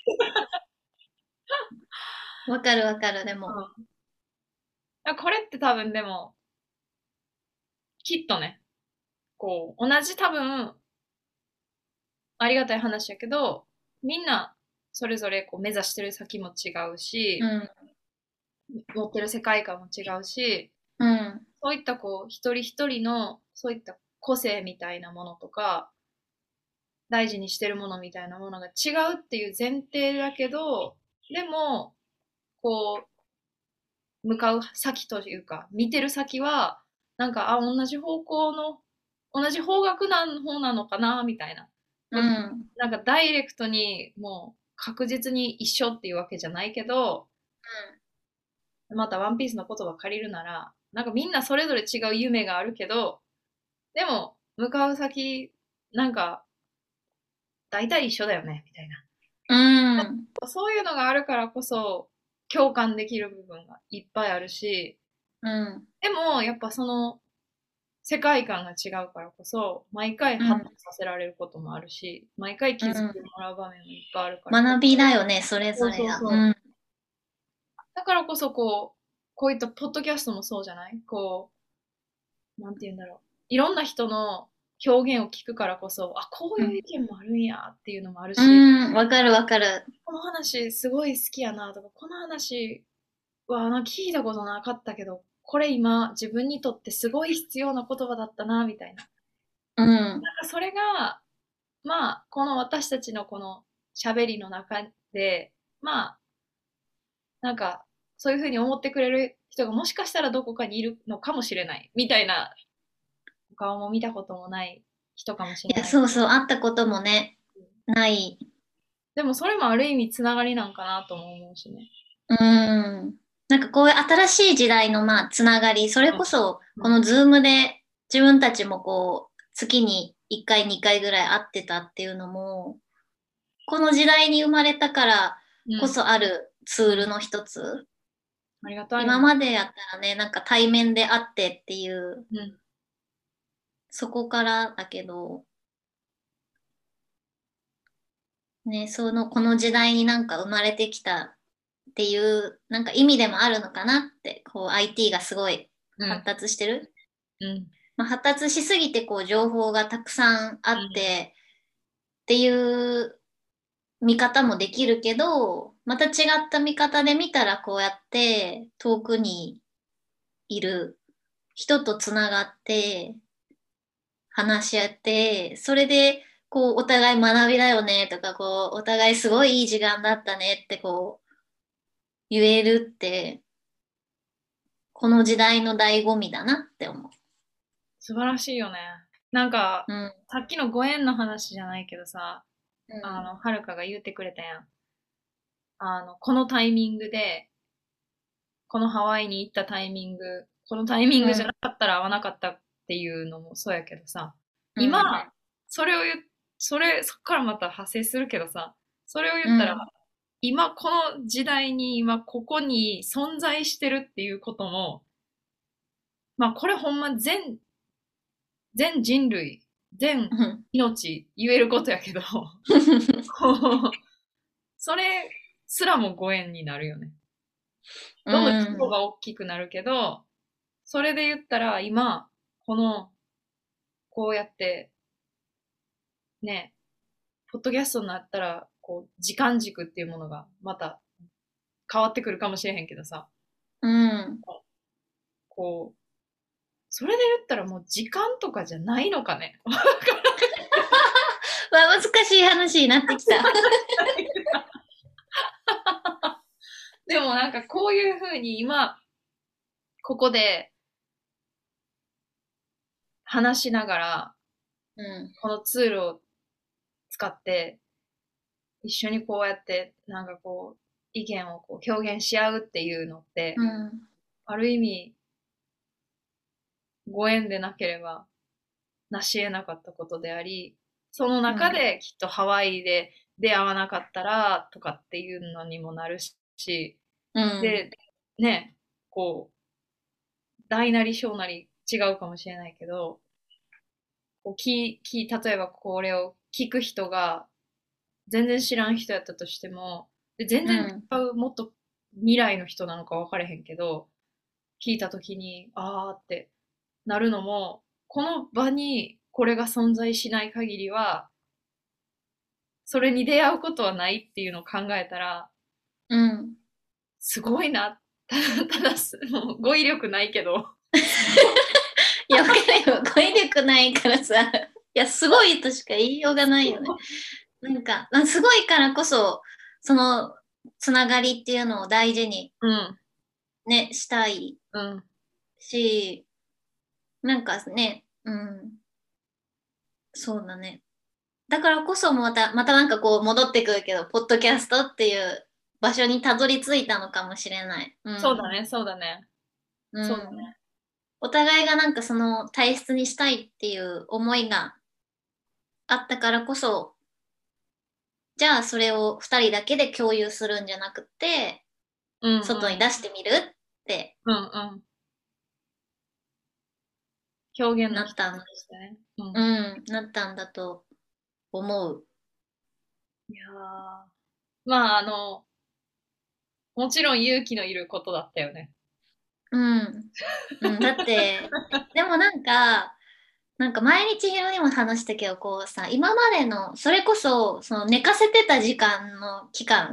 わかるわかる、でも。 うん、これって多分でも、きっとね、こう、同じ多分、ありがたい話やけど、みんなそれぞれこう目指してる先も違うし、 うん、 持ってる世界観も違うし、 うん、 そういったこう、一人一人の、そういった個性みたいなものとか、大事にしてるものみたいなものが違うっていう前提だけど、でも、こう、向かう先というか、見てる先は、なんか、あ、同じ方向の、同じ方角な方なのかな、みたいな。 うん、 なんかダイレクトにもう確実に一緒っていうわけじゃないけど、またワンピースの言葉借りるなら、なんかみんなそれぞれ違う夢があるけど、でも向かう先、なんか大体一緒だよね、みたいな。 うん、 そういうのがあるからこそ共感できる部分がいっぱいあるし、 うん、 でもやっぱその世界観が違うからこそ、毎回うん、 ハッとさせられることもあるし、毎回気づいてうん。 もらう場面もいっぱいあるからこ学びだよね、それそ、 ぞれが。 そうそうそう。 うん、 だからこそこう、こういったポッドキャストもそうじゃないこう、なんて言うんだろう。いろんな人の表現を聞くからこそ、あ、こういう意見もあるんやっていうのもあるうし、 ん、わかるわかる。 この話すごい好きやなとか、この話はなんか聞いたことなかったけど、 これ今自分にとってすごい必要な言葉だったな、みたいな。 うん。 なんかそれが、まあ、この私たちのこの喋りの中で、まあ、なんか、そういうふうに思ってくれる人がもしかしたらどこかにいるのかもしれない、みたいな、お顔も見たこともない人かもしれいや、 ないけど、 そうそう、会ったこともね、ない。 でもそれもある意味つながりなんかなとも思うしね。 うん。なんかこういう新しい時代のまあつながり、それこそうん。 このズームで自分たちもこう月にいっかいにかいぐらい会ってたっていうのも、この時代に生まれたからこうん。 そあるツうん。 ールの一つ。 ありがたいよね。 今までやったらね、なんか対面で会ってっていう、 うん。 そこからだけど、ね、その、この時代になんか生まれてきたっていう、なんか意味でもあるのかなって、こう アイティー がすごいうん。 発達してる。 うん。 まあ、発達しすぎてこう情報がたくさんあうん。 ってっていう見方もできるけど、また違った見方で見たらこうやって遠くにいる人とつながって話し合って、それでこうお互い学びだよねとか、こうお互いすごいいい時間だったねってこう言えるって、この時代の醍醐味だなって思素晴らしいよね。なんか、 う。うん。 さっきのご縁の話じゃないけどさ、 うん。 あの、はるかが言ってくれたやん。あの、このタイミングで、このハワイに行ったタイミング、このタイミングじゃなうん。 かったら会わなかったっていうのもそうやけどさ、今、 うん。 それを言っ、それ、そっからまた派生するけどさ、それを言ったら、 うん。 今この時代に今ここに存在してるっていうことも、まあこれほんま全、全人類、全うん。 命言えることやけど、こうそれすらもご縁になるよね。 うどんどん規模ん。 が大きくなるけど、それで言ったら今、この、こうやってね、ポッドキャストになったら、こう、時間軸っていうものがまた変わってくるかもしれへんけどさ、 うん。 こう、それで言ったらもう時間とかじゃないのかね。 まあ、難しい話になってきた。 でもなんかこういうふうに今、ここで話しながら、 うん。 このツールを使って、一緒にこうやって、なんかこう、意見をこう表現し合うっていうのって、 うん。 ある意味、ご縁でなければ成し得なかったことであり、その中うん。 できっとハワイで出会わなかったらとかっていうのにもなるし、 うん。 で、ね、こう、大なり小なり違うかもしれないけど、こうきき例えばこれを聞く人が全然知らん人やったとしても、で全然違うん。 うもっと未来の人なのか分かれへんけど、聞いた時に、あーってなるのも、この場にこれが存在しない限りは、それに出会うことはないっていうのを考えたら、 うん。 すごいな。ただ、ただす、もう語彙力ないけど。 いや、わかるよ。語彙力ないからさ。いや、すごいとしか言いようがないよね。なんか、まあすごいからこそ、その、つながりっていうのを大事にうん、 ね、したいうん、 し、なんかね、うん、そうだね。だからこそまた、またなんかこう戻ってくるけど、ポッドキャストっていう場所にたどり着いたのかもしれない。うん。 そうだね、そうだね。 うそうだん。 ね。 お互いがなんかその体質にしたいっていう思いがあったからこそ、じゃあそれを二人だけで共有するんじゃなくて、 うん、うん、 外に出してみるってうん、うん。表現の一つなったん、 としてね。うん。 うん、なったんだと思う。 いやー、まあ、あの、もちろん勇気のいることだったよね。 うん。うん、だって、でもなんか、なんか毎日ヒロにも話したけど、こうさ、今までの、それこそ、その寝かせてた時間の期間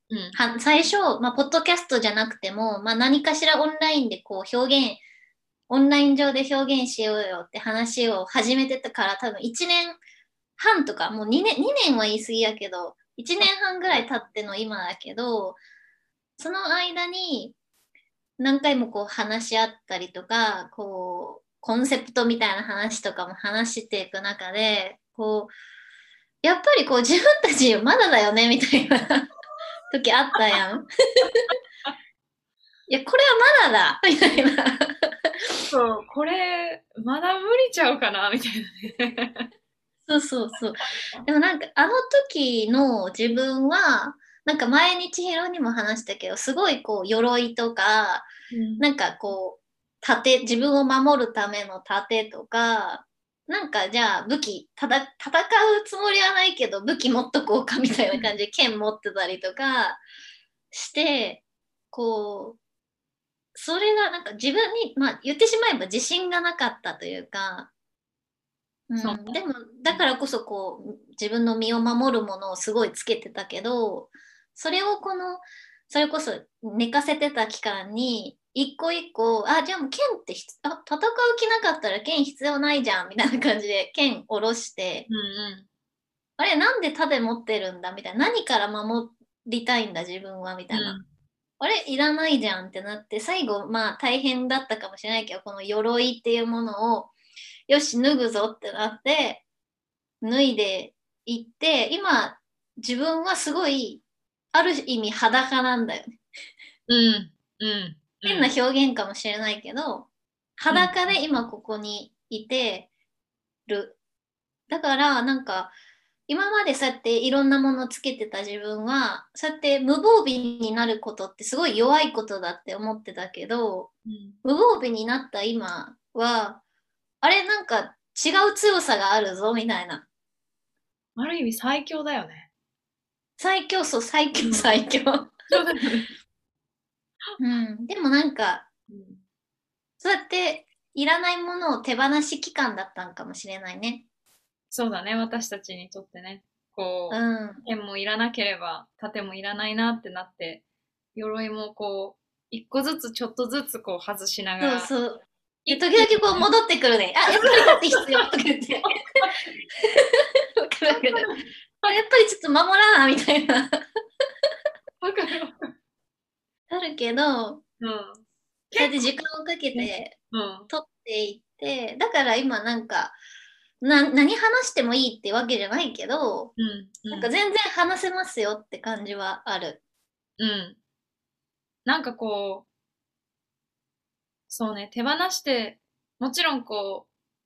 うん。 は最初、まあ、ポッドキャストじゃなくても、まあ、何かしらオンラインでこう表現、オンライン上で表現しようよって話を始めてたから、多分いちねんはんとか、もうにねん、にねんは言い過ぎやけど、いちねんはんぐらい経っての今だけど、その間に何回もこう話し合ったりとか、こう、コンセプトみたいな話とかも話していく中で、こう、やっぱりこう自分たちまだだよねみたいな時あったやん。いや、これはまだだみたいな。 そう、これ、まだ無理ちゃうかなみたいなね。 そうそうそう。でもなんかあの時の自分は、なんか前に千尋にも話したけど、すごいこう鎧とか、 うん。 なんかこう、盾、自分を守るための盾とか、なんかじゃあ武器、ただ、戦うつもりはないけど武器持っとこうかみたいな感じで剣持ってたりとかして、こう、それがなんか自分に、まあ言ってしまえば自信がなかったというか、うそうん、でも、 ね。 だからこそこう、自分の身を守るものをすごいつけてたけど、それをこの、それこそ寝かせてた期間に、一個一個、あ、じゃあもう剣ってひつあ、戦う気なかったら剣必要ないじゃん、みたいな感じで剣下ろして、 うんうん。 あれ、なんで盾持ってるんだみたいな。何から守りたいんだ、自分は、みたいな。 うん。 あれ、いらないじゃんってなって、最後、まあ大変だったかもしれないけど、この鎧っていうものを、よし、脱ぐぞってなって、脱いでいって、今、自分はすごい、ある意味裸なんだよね。 うん。うん。う変なん。 表現かもしれないけど、 うん。 裸で今ここにいてる。だから、なんか、今までそうやっていろんなものをつけてた自分は、そうやって無防備になることってすごい弱いことだって思ってたけど、 うん。 無防備になった今は、あれなんか違う強さがあるぞみたいな。 ある意味最強だよね。 最強、そう、最強、 うん。 最強。 そうだよね。 うん。でもなんか、 うん。 そうやっていらないものを手放し期間だったんかもしれないね。 そうだね、私たちにとってね。 うこう、 ん。 剣もいらなければ、盾もいらないなってなって、鎧もこう、一個ずつちょっとずつこう外しながら、 そうそう。で、時一気に、 々こう戻ってくるね。あ、やっぱり盾必要とか言って。わかるわかる。あ、やっぱりちょっと守らな、みたいな。 わかるわかる。 あるけど、 うん。 そうやって結構時間をかけね、 てうん。 取っていって、だから今なんか、な、何話してもいいってわけじゃないけど、 うん。うん。 なんか全然話せますよって感じはある。 うん。なんかこう、そうね、手放して、もちろんこ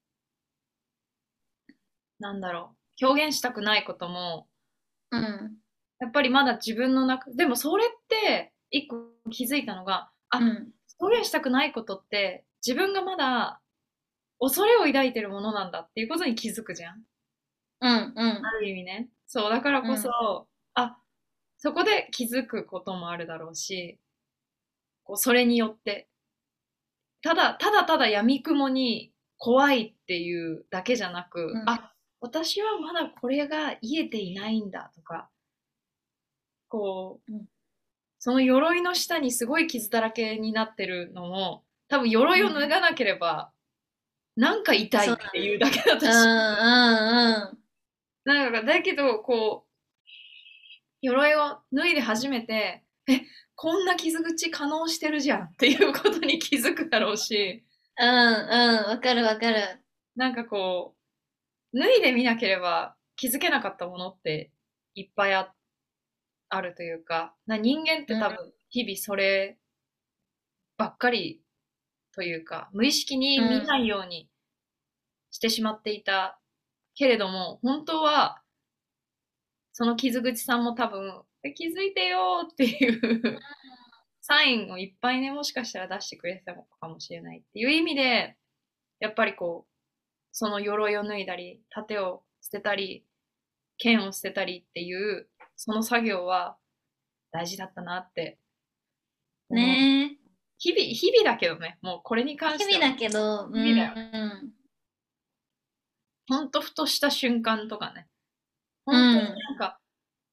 う、なんだろう、表現したくないことも、 うん。 やっぱりまだ自分の中、でもそれって一個気づいたのが、あ、 うん。 表現したくないことって自分がまだ恐れを抱いてるものなんだっていうことに気づくじゃん。 うん。うん。 ある意味ね。そう、だからこそ、 うん。 あ、そこで気づくこともあるだろうし、こうそれによって、ただ、ただただ闇雲に怖いっていうだけじゃなく、 うん。 あ、私はまだこれが癒えていないんだとか、こう、 うん。 その鎧の下にすごい傷だらけになってるのも、多分鎧を脱うん。 がなければ、なんか痛いそうっていうだね。 だけだっうん。 たし。 うん。うん。 なんか、だけど、こう、鎧を脱いで初めて、え、こんな傷口可能してるじゃんっていうことに気づくだろうし、 うん。うん。わかるわかる。 なんかこう、脱いでみなければ気づけなかったものっていっぱいあ、あるというか、な人間ってうん。 多分日々そればっかりというか、無意識にうん。 見ないようにしてしまっていたけれども、本当はその傷口さんも多分、え気づいてよーっていうサインをいっぱいね、もしかしたら出してくれてたのかもしれないっていう意味で、やっぱりこう、その鎧を脱いだり、盾を捨てたり、剣を捨てたりっていう、その作業は大事だったなって思う。 ねえ。 日々、日々だけどね、もうこれに関しては、 日々だけど、う日々だよ。 ん。 ほんとふとした瞬間とかね。 う本当にん。 なんか、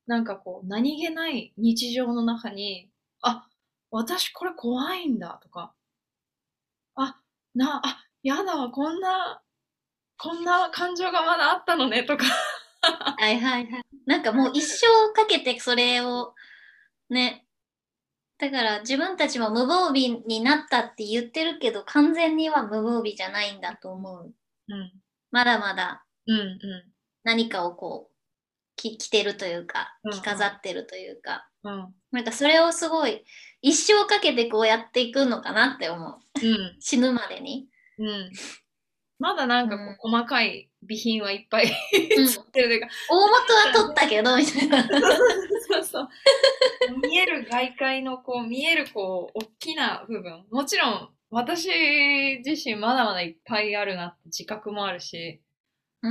なんかこう、何気ない日常の中に、あ、私これ怖いんだとか、あ、な、あ、やだわ、こんな、こんな感情がまだあったのねとか。 はいはいはい。なんかもう一生かけてそれをね、だから自分たちも無防備になったって言ってるけど、完全には無防備じゃないんだと思う。 うん、 まだまだうん、う何かをこう、き着てるというか、 ん、 着飾ってるというか、 うん、 なんかそれをすごい一生かけてこうやっていくのかなって思う。 うん、 死ぬまでに。 うん。まだなんかこう、 うん。 細かい備品はいっぱいうん。 つってるというか、 大元は取ったけど、みたいな。 そうそう。見える外界のこう、見えるこう、大きな部分。もちろん、私自身まだまだいっぱいあるなって自覚もあるし、 うん。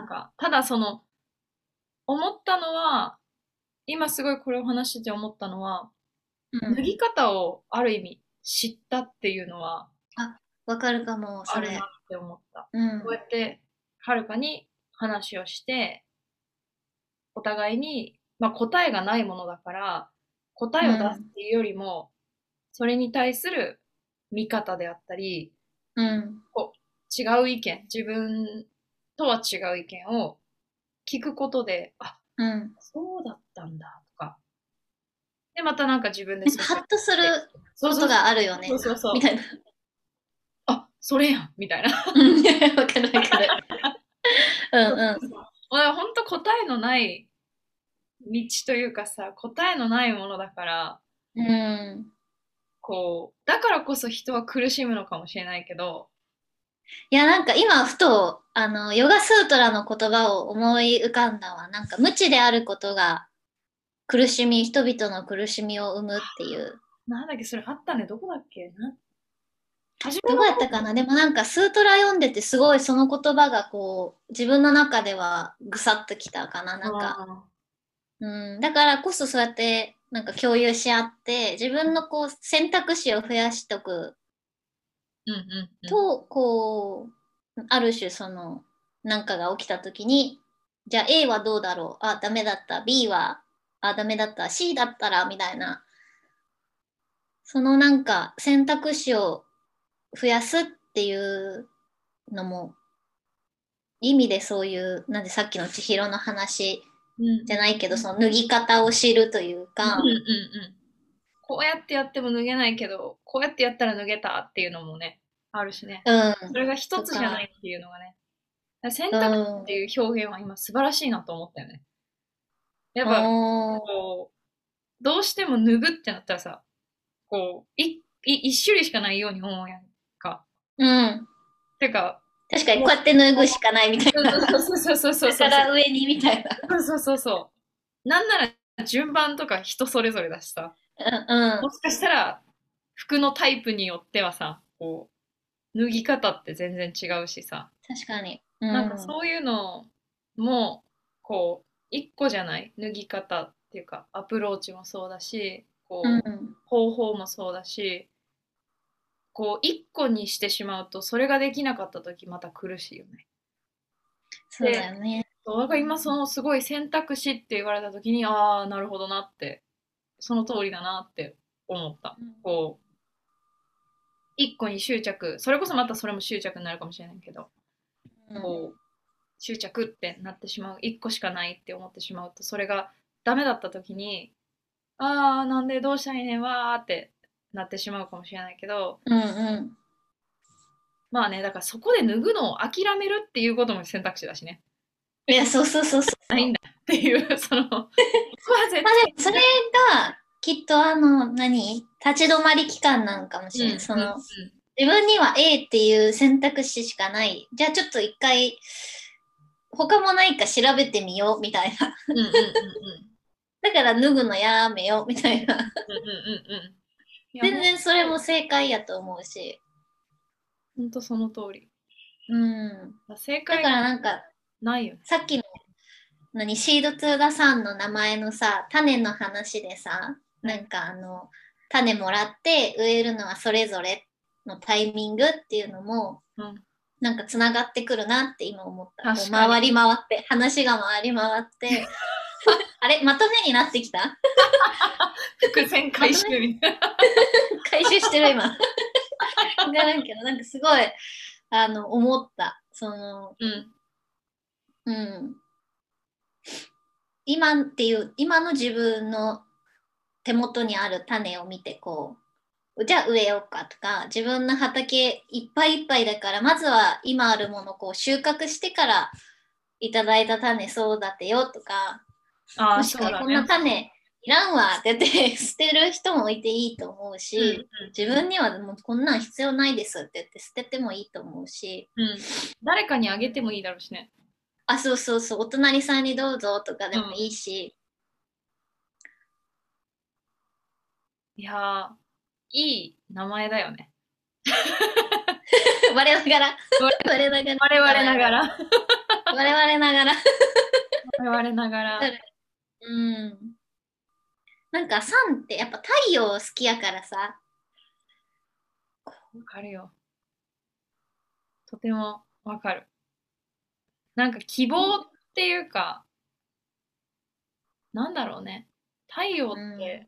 なんか、ただその、思ったのは、今すごいこれを話してて思ったのは、 うん。 脱ぎ方をある意味知ったっていうのはあ、わかるかも、 あるなそれ。 って思った。 うん。 こうやってはるかに話をして、お互いに、まあ、答えがないものだから、答えを出すうん。 っていうよりも、それに対する見方であったり、 うん。 こう違う意見、自分とは違う意見を聞くことで、あ、 うん。 そうだったんだとか、で、またなんか自分でなんか咀嚼ハッとするして、そうそうそう、 ことがあるよね。 そうそうそう、 みたいな。 あ、それやんみたいな。 うん。わかるわかる。うんうん。 本当答えのない道というかさ、答えのないものだから、 うん。 こう、だからこそ人は苦しむのかもしれないけど、 いや、なんか今、ふと、あの、ヨガスートラの言葉を思い浮かんだわ。なんか、無知であることが苦しみ、人々の苦しみを生むっていう。 なんだっけ、それあったね、どこだっけな、初めどこやったかの、 な。でもなんか、スートラ読んでて、すごいその言葉がこう、自分の中ではぐさっときたかな。なんか、 あうん、だからこそそうやって、なんか共有し合って、自分のこう、選択肢を増やしとくー、うんうんうん。 と、こう、ある種その、なんかが起きたときに、じゃあ A はどうだろう、あ、ダメだった。B は、あ、ダメだった。C だったら、みたいな。そのなんか選択肢を増やすっていうのも、意味でそういう、なんでさっきの千尋の話うんうんじゃないけど、 うんその脱ぎ方を知るといううんうんか、 うん。こうやってやっても脱げないけど、こうやってやったら脱げたっていうのもね、あるしね。 うん、 それが一とか、 つじゃないっていうのがね。選う択肢ってん、 いう表現は今素晴らしいなと思ったよね。やっぱ、 おー、 こう、どうしても脱ぐってなったらさ、こう、い、い、一種類しかないように思うやんか。 うん。 てか、 確かにもう、 こうやって脱ぐしかないみたいな。 そうそうそうそうそうそう。 下から上にみたいな。 そうそうそうそう。なんなら順番とか人それぞれだしさ。 うんうん。 もしかしたら服のタイプによってはさ、こう、脱ぎ方って全然違うしさ。 確かに。うなんかん。 そういうのも、こう、一個じゃない脱ぎ方っていうか、アプローチもそうだし、 うん。 こう、方法もそうだし、こう、一個にしてしまうと、それができなかった時また苦しいよね。 そうだで、 よね。 そうだから今そのすごい選択肢って言われた時に、ああ、なるほどなって、その通りだなって思った。こう、一個に執着、それこそまたそれも執着になるかもしれないけど、 うん。 こう、執着ってなってしまう、一個しかないって思ってしまうと、それがダメだった時に、ああ、なんでどうしたらいいねんわーってなってしまうかもしれないけど、 うんうん。 まあね、だからそこで脱ぐのを諦めるっていうことも選択肢だしね。 いや、そうそうそうそう。 ないんだっていう、その、そこは絶まあでも、それ対に。 が、きっとあの、何立ち止まり期間なのかもしれない。 うんうんその、自分には A っていう選択肢しかない。じゃあちょっと一回、他もないか調べてみよう、みたいな。 うんうんうんうんだから脱ぐのやめよう、みたいな。 うんうんうんうん。いや、ほん全然それもと、 正解やと思うし。 ほんとその通り。 うん。 正だか解らなんか、 ないよね。 さっきの何、シードツーダさんの名前のさ、種の話でさ、 はい。 なんかあの、種もらって植えるのはそれぞれのタイミングっていうのも、 うん。 なんかつながってくるなって今思った。こう確かに。 回り回って、話が回り回って、 あれまとめになってきた伏線回収みたいな。 回収してる今。わからんけど、なんかすごい、あの、思った。その、 うん。 うん。今っていう、今の自分の手元にある種を見て、こう、じゃあ植えようかとか、自分の畑いっぱいいっぱいだから、まずは今あるものをこう収穫してからいただいた種育てようとか、 ああ、 もしくはこんなそうだね。 種いらんわって言って捨てる人もいていいと思うし、自分にはもうこんなん必要ないですって言って捨ててもいいと思うし、 うん。うん。誰かにあげてもいいだろうしね。 あ、そうそうそう、お隣さんにどうぞとかでもうん。 いいし、 いやー、いい名前だよね。 我ながら、我ながら、 我々ながら。 我々ながら。 我々ながら。 うん。なんか、サンってやっぱ太陽好きやからさ、 わかるよ。とてもわかる。なんか希望っていうか、なんだろうね。太陽うっん。 て、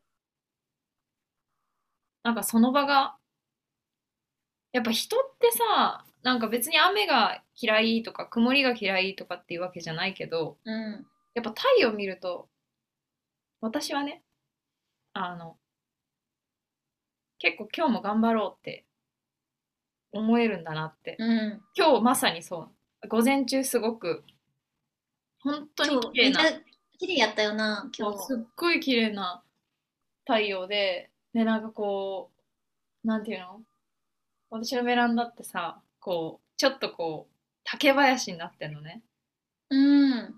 なんかその場が、やっぱ人ってさ、なんか別に雨が嫌いとか曇りが嫌いとかっていうわけじゃないけど、 うん。 やっぱ太陽見ると、私はね、あの、結構今日も頑張ろうって思えるんだなって。 うん。 今日まさにそう。午前中すごく、本当に綺そう、め麗な、 っちゃ綺麗やったよな、 もう今日。 すっごい綺麗な太陽で、で、なんかこう、なんていうの、私のベランダってさ、こう、ちょっとこう、竹林になってんのね。 うん。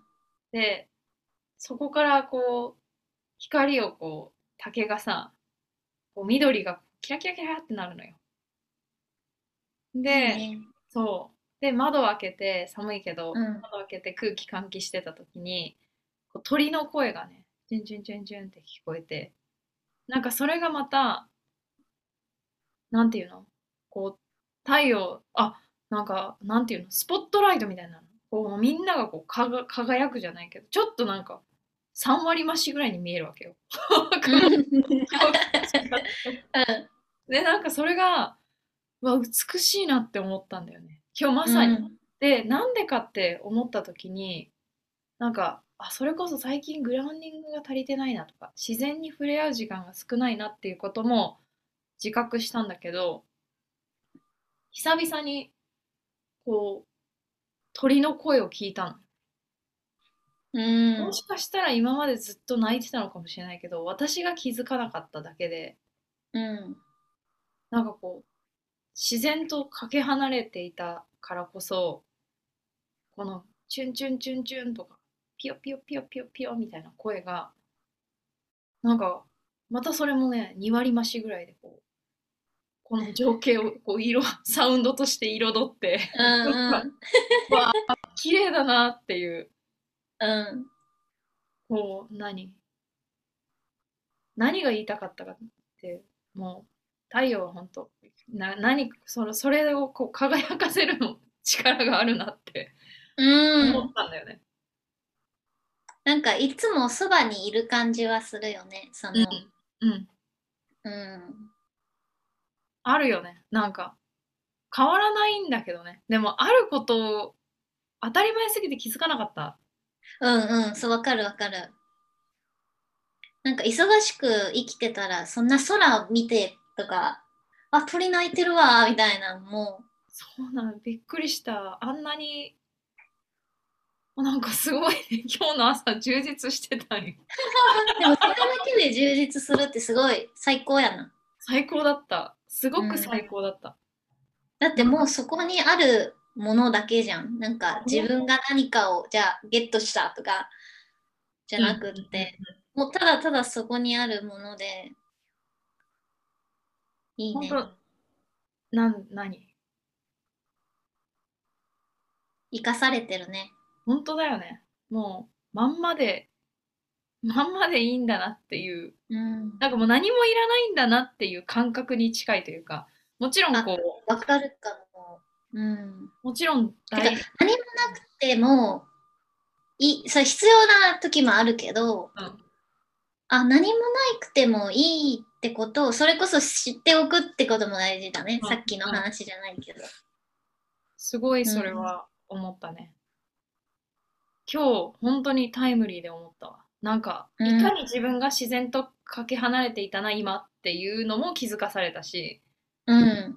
で、そこからこう、光をこう、竹がさ、こう緑がキラキラキラってなるのよ。で、 いいね。 そう。で、窓を開けて、寒いけど、 うん。 窓を開けて空気換気してた時に、こう鳥の声がね、ジュンジュンジュンジュンって聞こえて、なんかそれがまた、なんていうのこう、太陽、あ、なんか、なんていうのスポットライトみたいなの。こう、みんながこう、かが輝くじゃないけど、ちょっとなんか、さん割増しぐらいに見えるわけよ。 うん。うん今日と違ってで、なんかそれが、うわ、美しいなって思ったんだよね。今日まさに。 うん。 で、なんでかって思った時に、なんか、あ、それこそ最近グラウンディングが足りてないなとか、自然に触れ合う時間が少ないなっていうことも自覚したんだけど、久々にこう、鳥の声を聞いたの。 うもん。 しかしたら今までずっと泣いてたのかもしれないけど、私が気づかなかっただけで、 うん。 なんかこう、自然とかけ離れていたからこそ、このチュンチュンチュンチュンとか、ピヨピヨピヨピヨピヨみたいな声が、なんか、またそれもね、に割増しぐらいでこう、この情景をこう色、サウンドとして彩って、 うなんか、 ん。 わあ、綺麗だなっていう、 うん。 こう、何何が言いたかったかって、もう、太陽は本当、な、何、その、それをこう輝かせるの力があるなってう思っん。 たんだよね。 なんかいつもそばにいる感じはするよね。そうん。 の、 うん。 うん。 あるよね。なんか、変わらないんだけどね。でも、あることを当たり前すぎて気づかなかった。 うんうん。そう、わかるわかる。なんか忙しく生きてたら、そんな空を見てとか、あ、鳥鳴いてるわ、みたいなのも、 そうなの、びっくりした。あんなに、なんかすごいね、今日の朝充実してたんよ。 でもそれだけで充実するってすごい最高やな。 最高だった。すうん。 ごく最高だった。 だってなんか、 もうそこにあるものだけじゃん。なんか自分が何かをじゃあゲットしたとかじゃうんうんなくっうん。 て、もうただただそこにあるものでいいね。 本当、なん、何生かされてるね。 本当だよね。もう、まんまで、まんまでいいんだなっていう、 うん。 なんかもう何もいらないんだなっていう感覚に近いというか、もちろんあ、 こわかるかも。うん。 う、もちろんてか、 大、 何もなくてもいそう必要な時もあるけど、 うん。 あ、何もなくてもいいってことを、それこそ知っておくってことも大事だね。 うんさっきのうん話じゃないけど。 すごいそれうん。 は思ったね。今日本当にタイムリーで思ったわ。なんかうん。 いかに自分が自然とかけ離れていたな今っていうのも気づかされたし、 うん。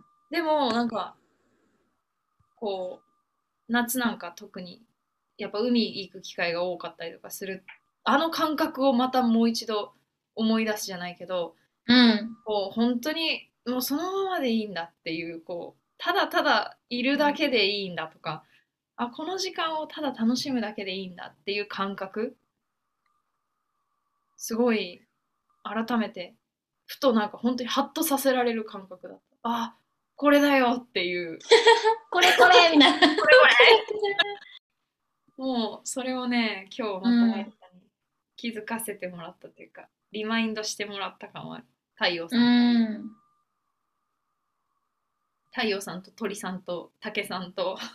でもなんかこう夏なんか特にやっぱ海行く機会が多かったりとかする、あの感覚をまたもう一度思い出すじゃないけど、 うん。 こう本当にもうそのままでいいんだっていう、こうただただいるだけでいいんだとか、あ、この時間をただ楽しむだけでいいんだっていう感覚、すごい改めてふとなんか本当にハッとさせられる感覚だった。あ、これだよっていう、 これこれみたいな。わかるこれこれ、 わもうそれをね今日うまたあん。 に気づかせてもらったというか、リマインドしてもらった感はある。太陽うさんん。 太陽さんと鳥さんと竹さんと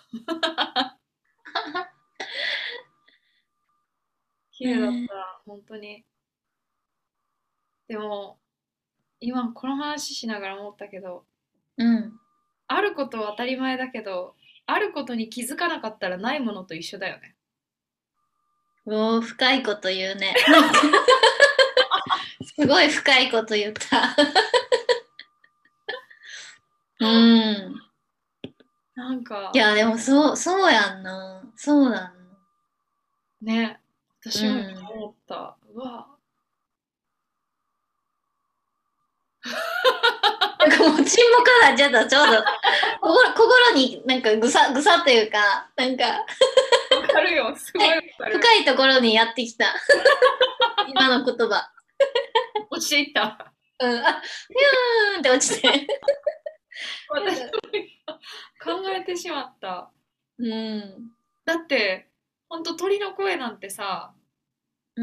綺麗だっうん。 た本当に。でも今この話しながら思ったけど、 うん。 あることは当たり前だけど、あることに気づかなかったらないものと一緒だよね。 おー、深いこと言うね。なんかすごい深いこと言った。うん。 なんかいや、でもそう、そうやんな。そうなんね、 う私もん。 思った。うわ、 なんかもう沈黙になっちゃった。ちょうど心、心になんかぐさ、ぐさというか、なんかわかるよ、すごいわかる。 深いところにやってきた。今の言葉。 落ちていった。 うん。あ、ふーんって落ちて。なん私もか、 考えてしまった。 うん。 だって、ほんと鳥の声なんてさ、 うん。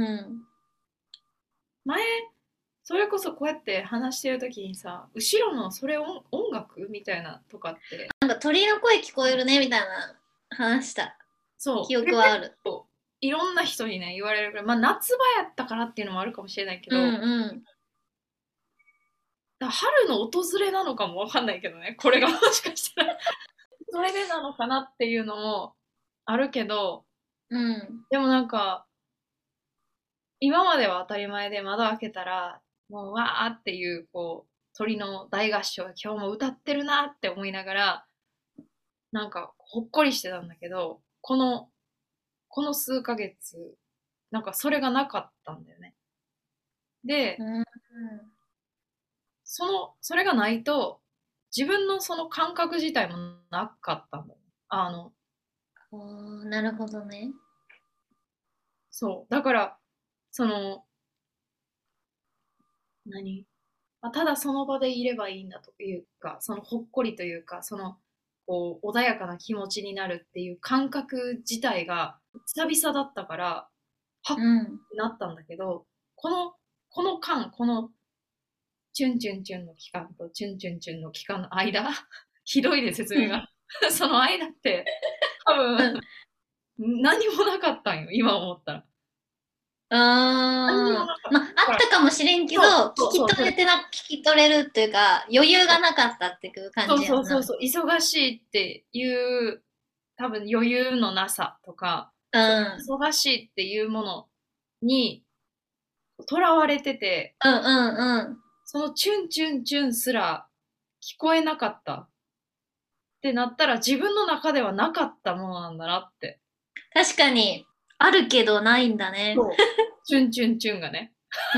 前、それこそこうやって話してる時にさ、後ろのそれ音音楽みたいなとかって、 なんか鳥の声聞こえるねみたいな話した記そう、で結憶はある。 構いろんな人にね、言われるぐらい、まあ夏場やったからっていうのもあるかもしれないけうんど、だかうん。 ら春の訪れなのかもわかんないけどね、これがもしかしたらそれでなのかなっていうのもあるけど、 うん。 でもなんか、今までは当たり前で窓開けたら、もうわーっていう、こう、鳥の大合唱、今日も歌ってるなって思いながら、なんかほっこりしてたんだけど、この、この数ヶ月、なんかそれがなかったんだよね。で、 うん。 その、それがないと、自分のその感覚自体もなかったんだよね。あの、 おー、なるほどね。 そう。だから、その、何まあ、ただその場でいればいいんだというか、そのほっこりというか、そのこう穏やかな気持ちになるっていう感覚自体が久々だったから、はっっうん。 てなったんだけど、この、この間、このチュンチュンチュンの期間とチュンチュンチュンの期間の間、ひどいで説明が。その間って多分うん。 何もなかったんよ、今思ったら。何にもあー、まあ、 なかった。 あだから、 ったかもしれんけど、 そう聞きそうそう、それ取れてな、聞き取れるっていうか、余裕がなかったっていう感そうじやんな。 そうそうそう、忙しいっていう多分余裕のなさとか、 うん。 忙しいっていうものにとらわれてて、 うんうんうん。 そのチュンチュンチュンすら聞こえなかったってなったら、自分の中ではなかったものなんだなって。 確かに、あるけどないんだね。 そう。チュンチュンチュンがね。 うん。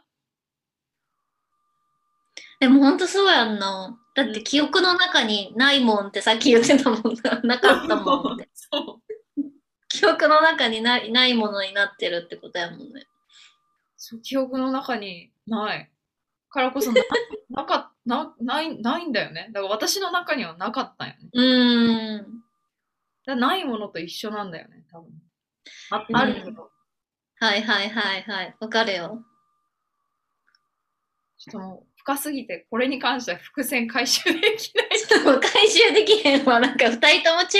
でもほんとそうやんな。だっうん。 て記憶の中にないもんってさっき言ってたもんな。なかったもんって。 そう。 記憶の中にない、ないものになってるってことやもんね。 そう、記憶の中にないからこそな、なか、な、ない、ないんだよね。だから私の中にはなかったんよね。 うーん。 だからないものと一緒なんだよね、多分。あ、 うん。 あるけど。 はいはいはいはい。わかるよ。 ちょっともう深すぎて、これに関しては伏線回収できない。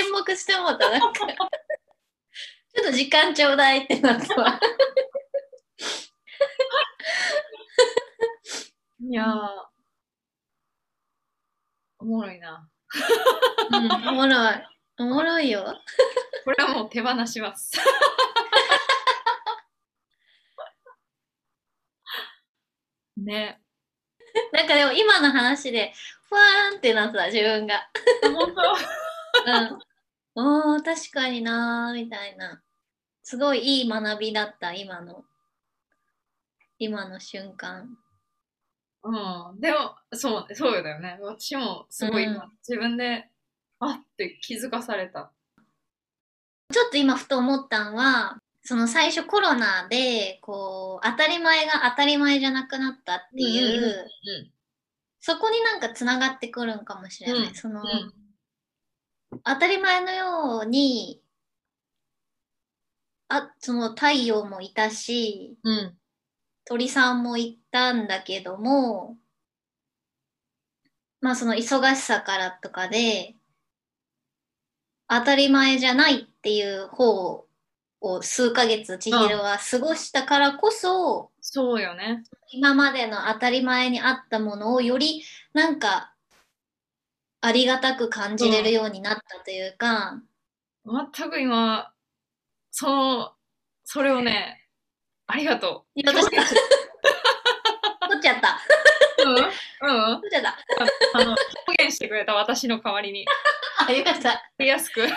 もう回収できへんわ。なんか二人とも沈黙してもうた。なんかちょっと時間ちょうだいってなったわ。 いやー、おもろいな。 うん、おもろい。おもろいよ。 これはもう手放します。ね。 なんかでも今の話で、ふわーんってなった自分が。 あ、本当。 うん。おー、確かになー、みたいな。すごいいい学びだった、今の、今の瞬間。 うん。でも、そう、そうだよね。私もすうごい今、 ん。 自分で、あって気づかされた。 ちょっと今ふと思ったんは、その最初コロナで、こう、当たり前が当たり前じゃなくなったっていうんうんうんう、そこになんかつながってくるんかもしれうん。 ない。その、 うん。 当たり前のように、あ、その太陽もいたし、 うん。 鳥さんもいたんだけども、まあその忙しさからとかで、当たり前じゃないっていう方を数ヶ月千うん。 尋は過ごしたからこそ、 そうよね。 今までの当たり前にあったものをよりなんかありがたく感じれるうん。 ようになったというか、 全く今、その、それをね、ありがとう。 言おうとした。 表現する。 取っちゃった。 うん。うん。 取っちゃった。 あ、あの、表現してくれた私の代わりに。 あ、よかった。 言いやすく。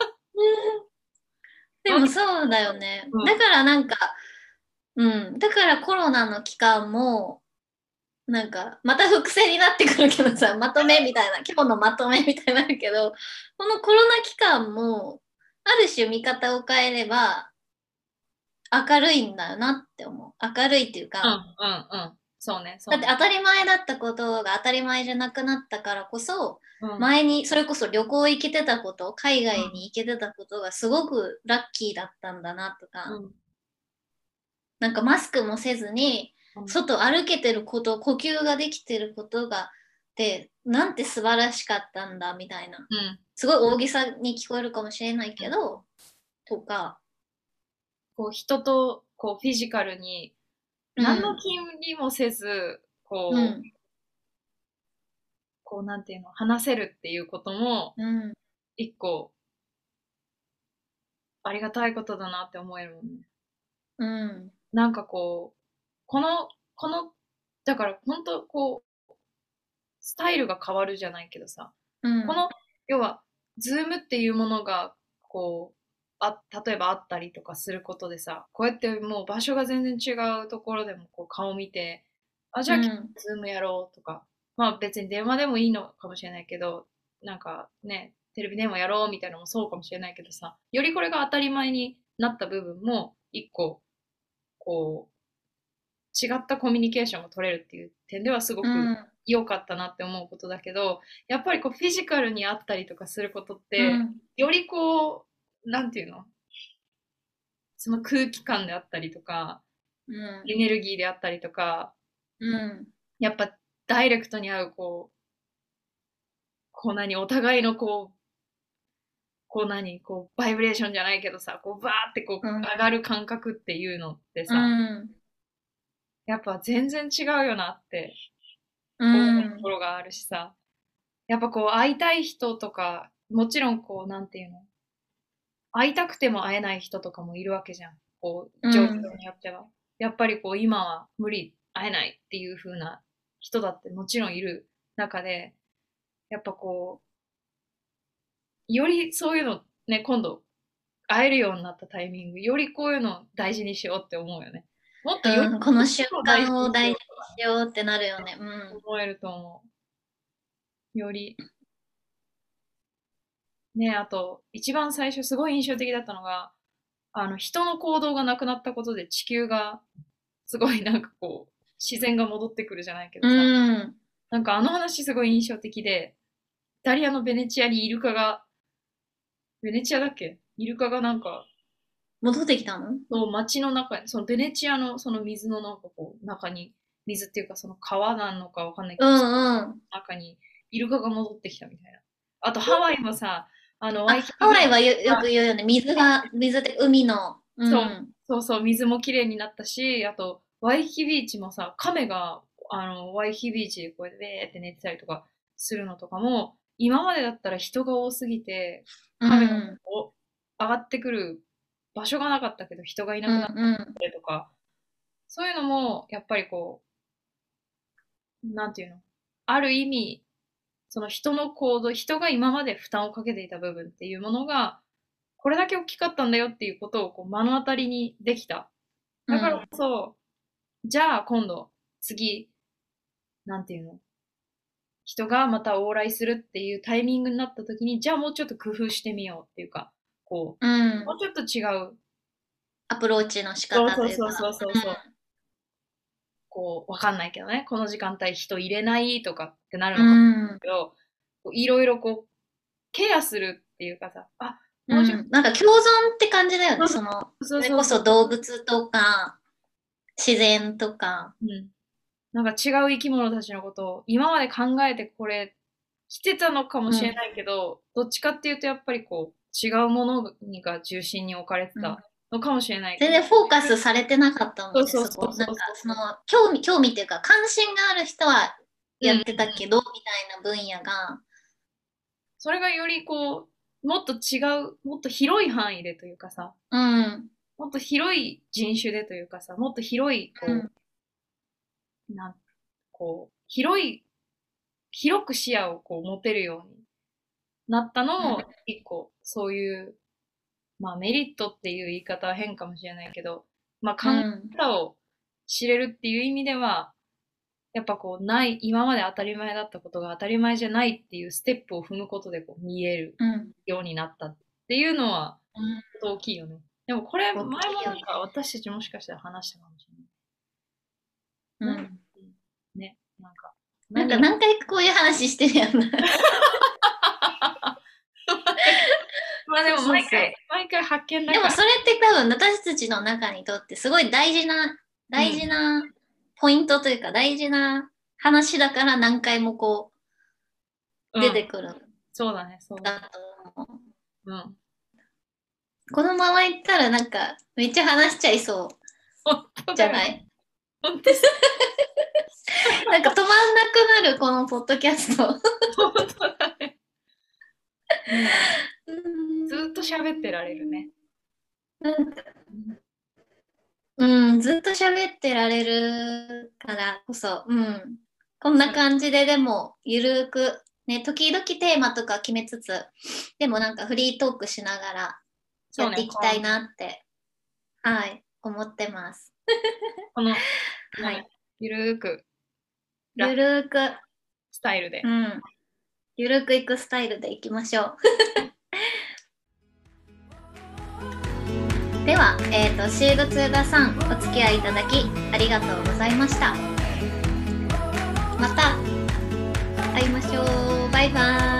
でもそうだよね。 うん。 だからなんか、うん。だからコロナの期間も、なんか、また伏線になってくるけどさ、まとめみたいな、今日のまとめみたいになるけど、このコロナ期間も、ある種見方を変えれば、明るいんだよなって思う。明るいっていううん。 か、 うん。うん。そうね。そうね。 だって当たり前だったことが当たり前じゃなくなったからこそ、 うん。うん。 前にそれこそ旅行行けてたこと、海外に行けてたことがすごくラッキーだったんだなとか、 うん。 なんかマスクもせずに、 うん。 外歩けてること、呼吸ができてることが、で、なんて素晴らしかったんだみたいな。 うん。 すごい大げさに聞こえるかもしれないけど、とか、 こう、人と、こう、フィジカルに、 う何のん、 気にもせず、こう、 うん、 こう、なんていうの、話せるっていうことも、 うん、 一個、ありがたいことだなって思えるもんね。 うん、 なんかこう、この、この、だから本当こう、スタイルが変わるじゃないけどさ、 うん、 この、要は、ズームっていうものが、こう、あ、例えばあったりとかすることでさ、こうやってもう場所が全然違うところでもこう顔見て、あ、じゃあ、 うん、 ズームやろうとか、まあ別に電話でもいいのかもしれないけど、なんかね、テレビ電話やろうみたいなのもそうかもしれないけどさ、よりこれが当たり前になった部分も、一個、こう、違ったコミュニケーションが取れるっていう点ではすごくうん、 良かったなって思うことだけど、やっぱりこうフィジカルにあったりとかすることっうて、 ん、 よりこう、なんていうの、その空気感であったりとか、 うん、 エネルギーであったりとか、 うん、 やっぱダイレクトに合う、こう、こう何、お互いのこう、こう何、こう、バイブレーションじゃないけどさ、こう、バーってこう、 うん、 上がる感覚っていうのってうさ、 ん、 やっぱ全然違うよなってう思うとこん、 ろがあるしさ、やっぱこう会いたい人とか、もちろんこう、なんていうの、会いたくても会えない人とかもいるわけじゃん。こう、状況うん、 によっては。やっぱりこう、今は無理、会えないっていう風な人だってもちろんいる中で、やっぱこう、よりそういうのね、今度会えるようになったタイミング、よりこういうの大事にしようって思うよね。もっとよりうん、この瞬こを大事間を大事ににしようしようってなるよね。うん、 と思えると思う。より。ね、あと、一番最初すごい印象的だったのが、あの、人の行動がなくなったことで地球がすごいなんかこう、自然が戻ってくるじゃないけうどさ、 ん、 なんかあの話すごい印象的で、イタリアのベネチアにイルカが、ベネチアだっけイルカがなんか、 戻ってきたの？ その街の中に、そのベネチアのその水のなんかこう、中に、水っていうかその川なのかわかんないうけど、そん、うん、 の中にイルカが戻ってきたみたいな。あとハワイもさ、 あの、ワイあ、 キキハワイはよ、よが、 く言うよね。水が、水で海の。うそう、 ん。 そうそう、水もきれいになったし、あと、ワイキキビーチもさ、亀が、あの、ワイキキビーチでこうやってべーって寝てたりとかするのとかも、今までだったら人が多すぎて、 う亀がん。 こう上がってくる場所がなかったけど、人がいなうん。 くなっうん。 たりとか、そういうのも、やっぱりこう、なんていうの、ある意味、その人の行動、人が今まで負担をかけていた部分っていうものが、これだけ大きかったんだよっていうことをこう目の当たりにできた。だからこうん。 そ、じゃあ今度、次、なんていうの、人がまた往来するっていうタイミングになった時に、じゃあもうちょっと工夫してみようっていうか、こうう、もうん。 ちょっと違う。 アプローチの仕そう方というか。 そうそうそうそうそう。こう、わかんないけどね、この時間帯人入れないとかってなるうのかもしれん。 ないけど、こういろいろこう、ケアするっていうかさ、あ、もうちょっうん。なんか共存って感じだよね。 と、 その、 そうそうそうそれこそ動物とか、自然とか。 うん。なんか違う生き物たちのことを今まで考えてこれ来てたのかもうん。 しれないけど、どっちかっていうとやっぱりこう違うものが中心に置かれてうん。 たのかもしれないけど。 全然フォーカスされてなかったもそうんね、 そうそうそこ。なんか、 そうそうその、 そう。 興味、興味っていうか、関心がある人はうん。 やってたけど、みたいな分野が、 それがよりこう、もっと違う、もっと広い範囲でというかさ、 うん。 もっと広い人種でというかさ、もっと広いこうん。 う、なん、こう、広い、広く視野をこう持てるようになったのうん。 も、一個、そういうまあメリットっていう言い方は変かもしれないけど、まあう考ん。 え方を知れるっていう意味では、やっぱこうない、今まで当たり前だったことが当たり前じゃないっていうステップを踏むことでこう見えるうん。 ようになったっていうのはうん。 大きいよね。でもこれ前大もきいよね。 なんか私たちもしかしたら話したかもしれない。何うん。 ね、なんかなんか何を何回かこういう話してるやんな。 まあでそうも毎回、 そうそう。 毎回発見だから。 でもそれって多分私たちの中にとってすごい大事な、大事うん。 なポイントというか大事な話だから何回もこう出うん。 てくるんそうだね、そうだね。 だと思う。 うん。 このままいったらなんかめっちゃ話しちゃいそう本当だよね。 じゃない？ 本当そう。 なんか止まんなくなるこのポッドキャスト。 本当だね。もう、 うーずっと喋ってられるね。 んなんか、うん、ずっと喋ってられるからこそ、うん、こんなそれ、 感じででもゆるく、ね、時々テーマとか決めつつ、でもなんかフリートークしながらやそうね、 っていきたいこの、 なって、はい、思ってます。 この、ごめん、 はい、 ゆるーく、ラゆるく、 スタイルで。 うん、ゆるくいくスタイルでいきましょう。では、えーと、シードツーダさん、お付き合いいただきありがとうございました。また会いましょう。バイバーイ。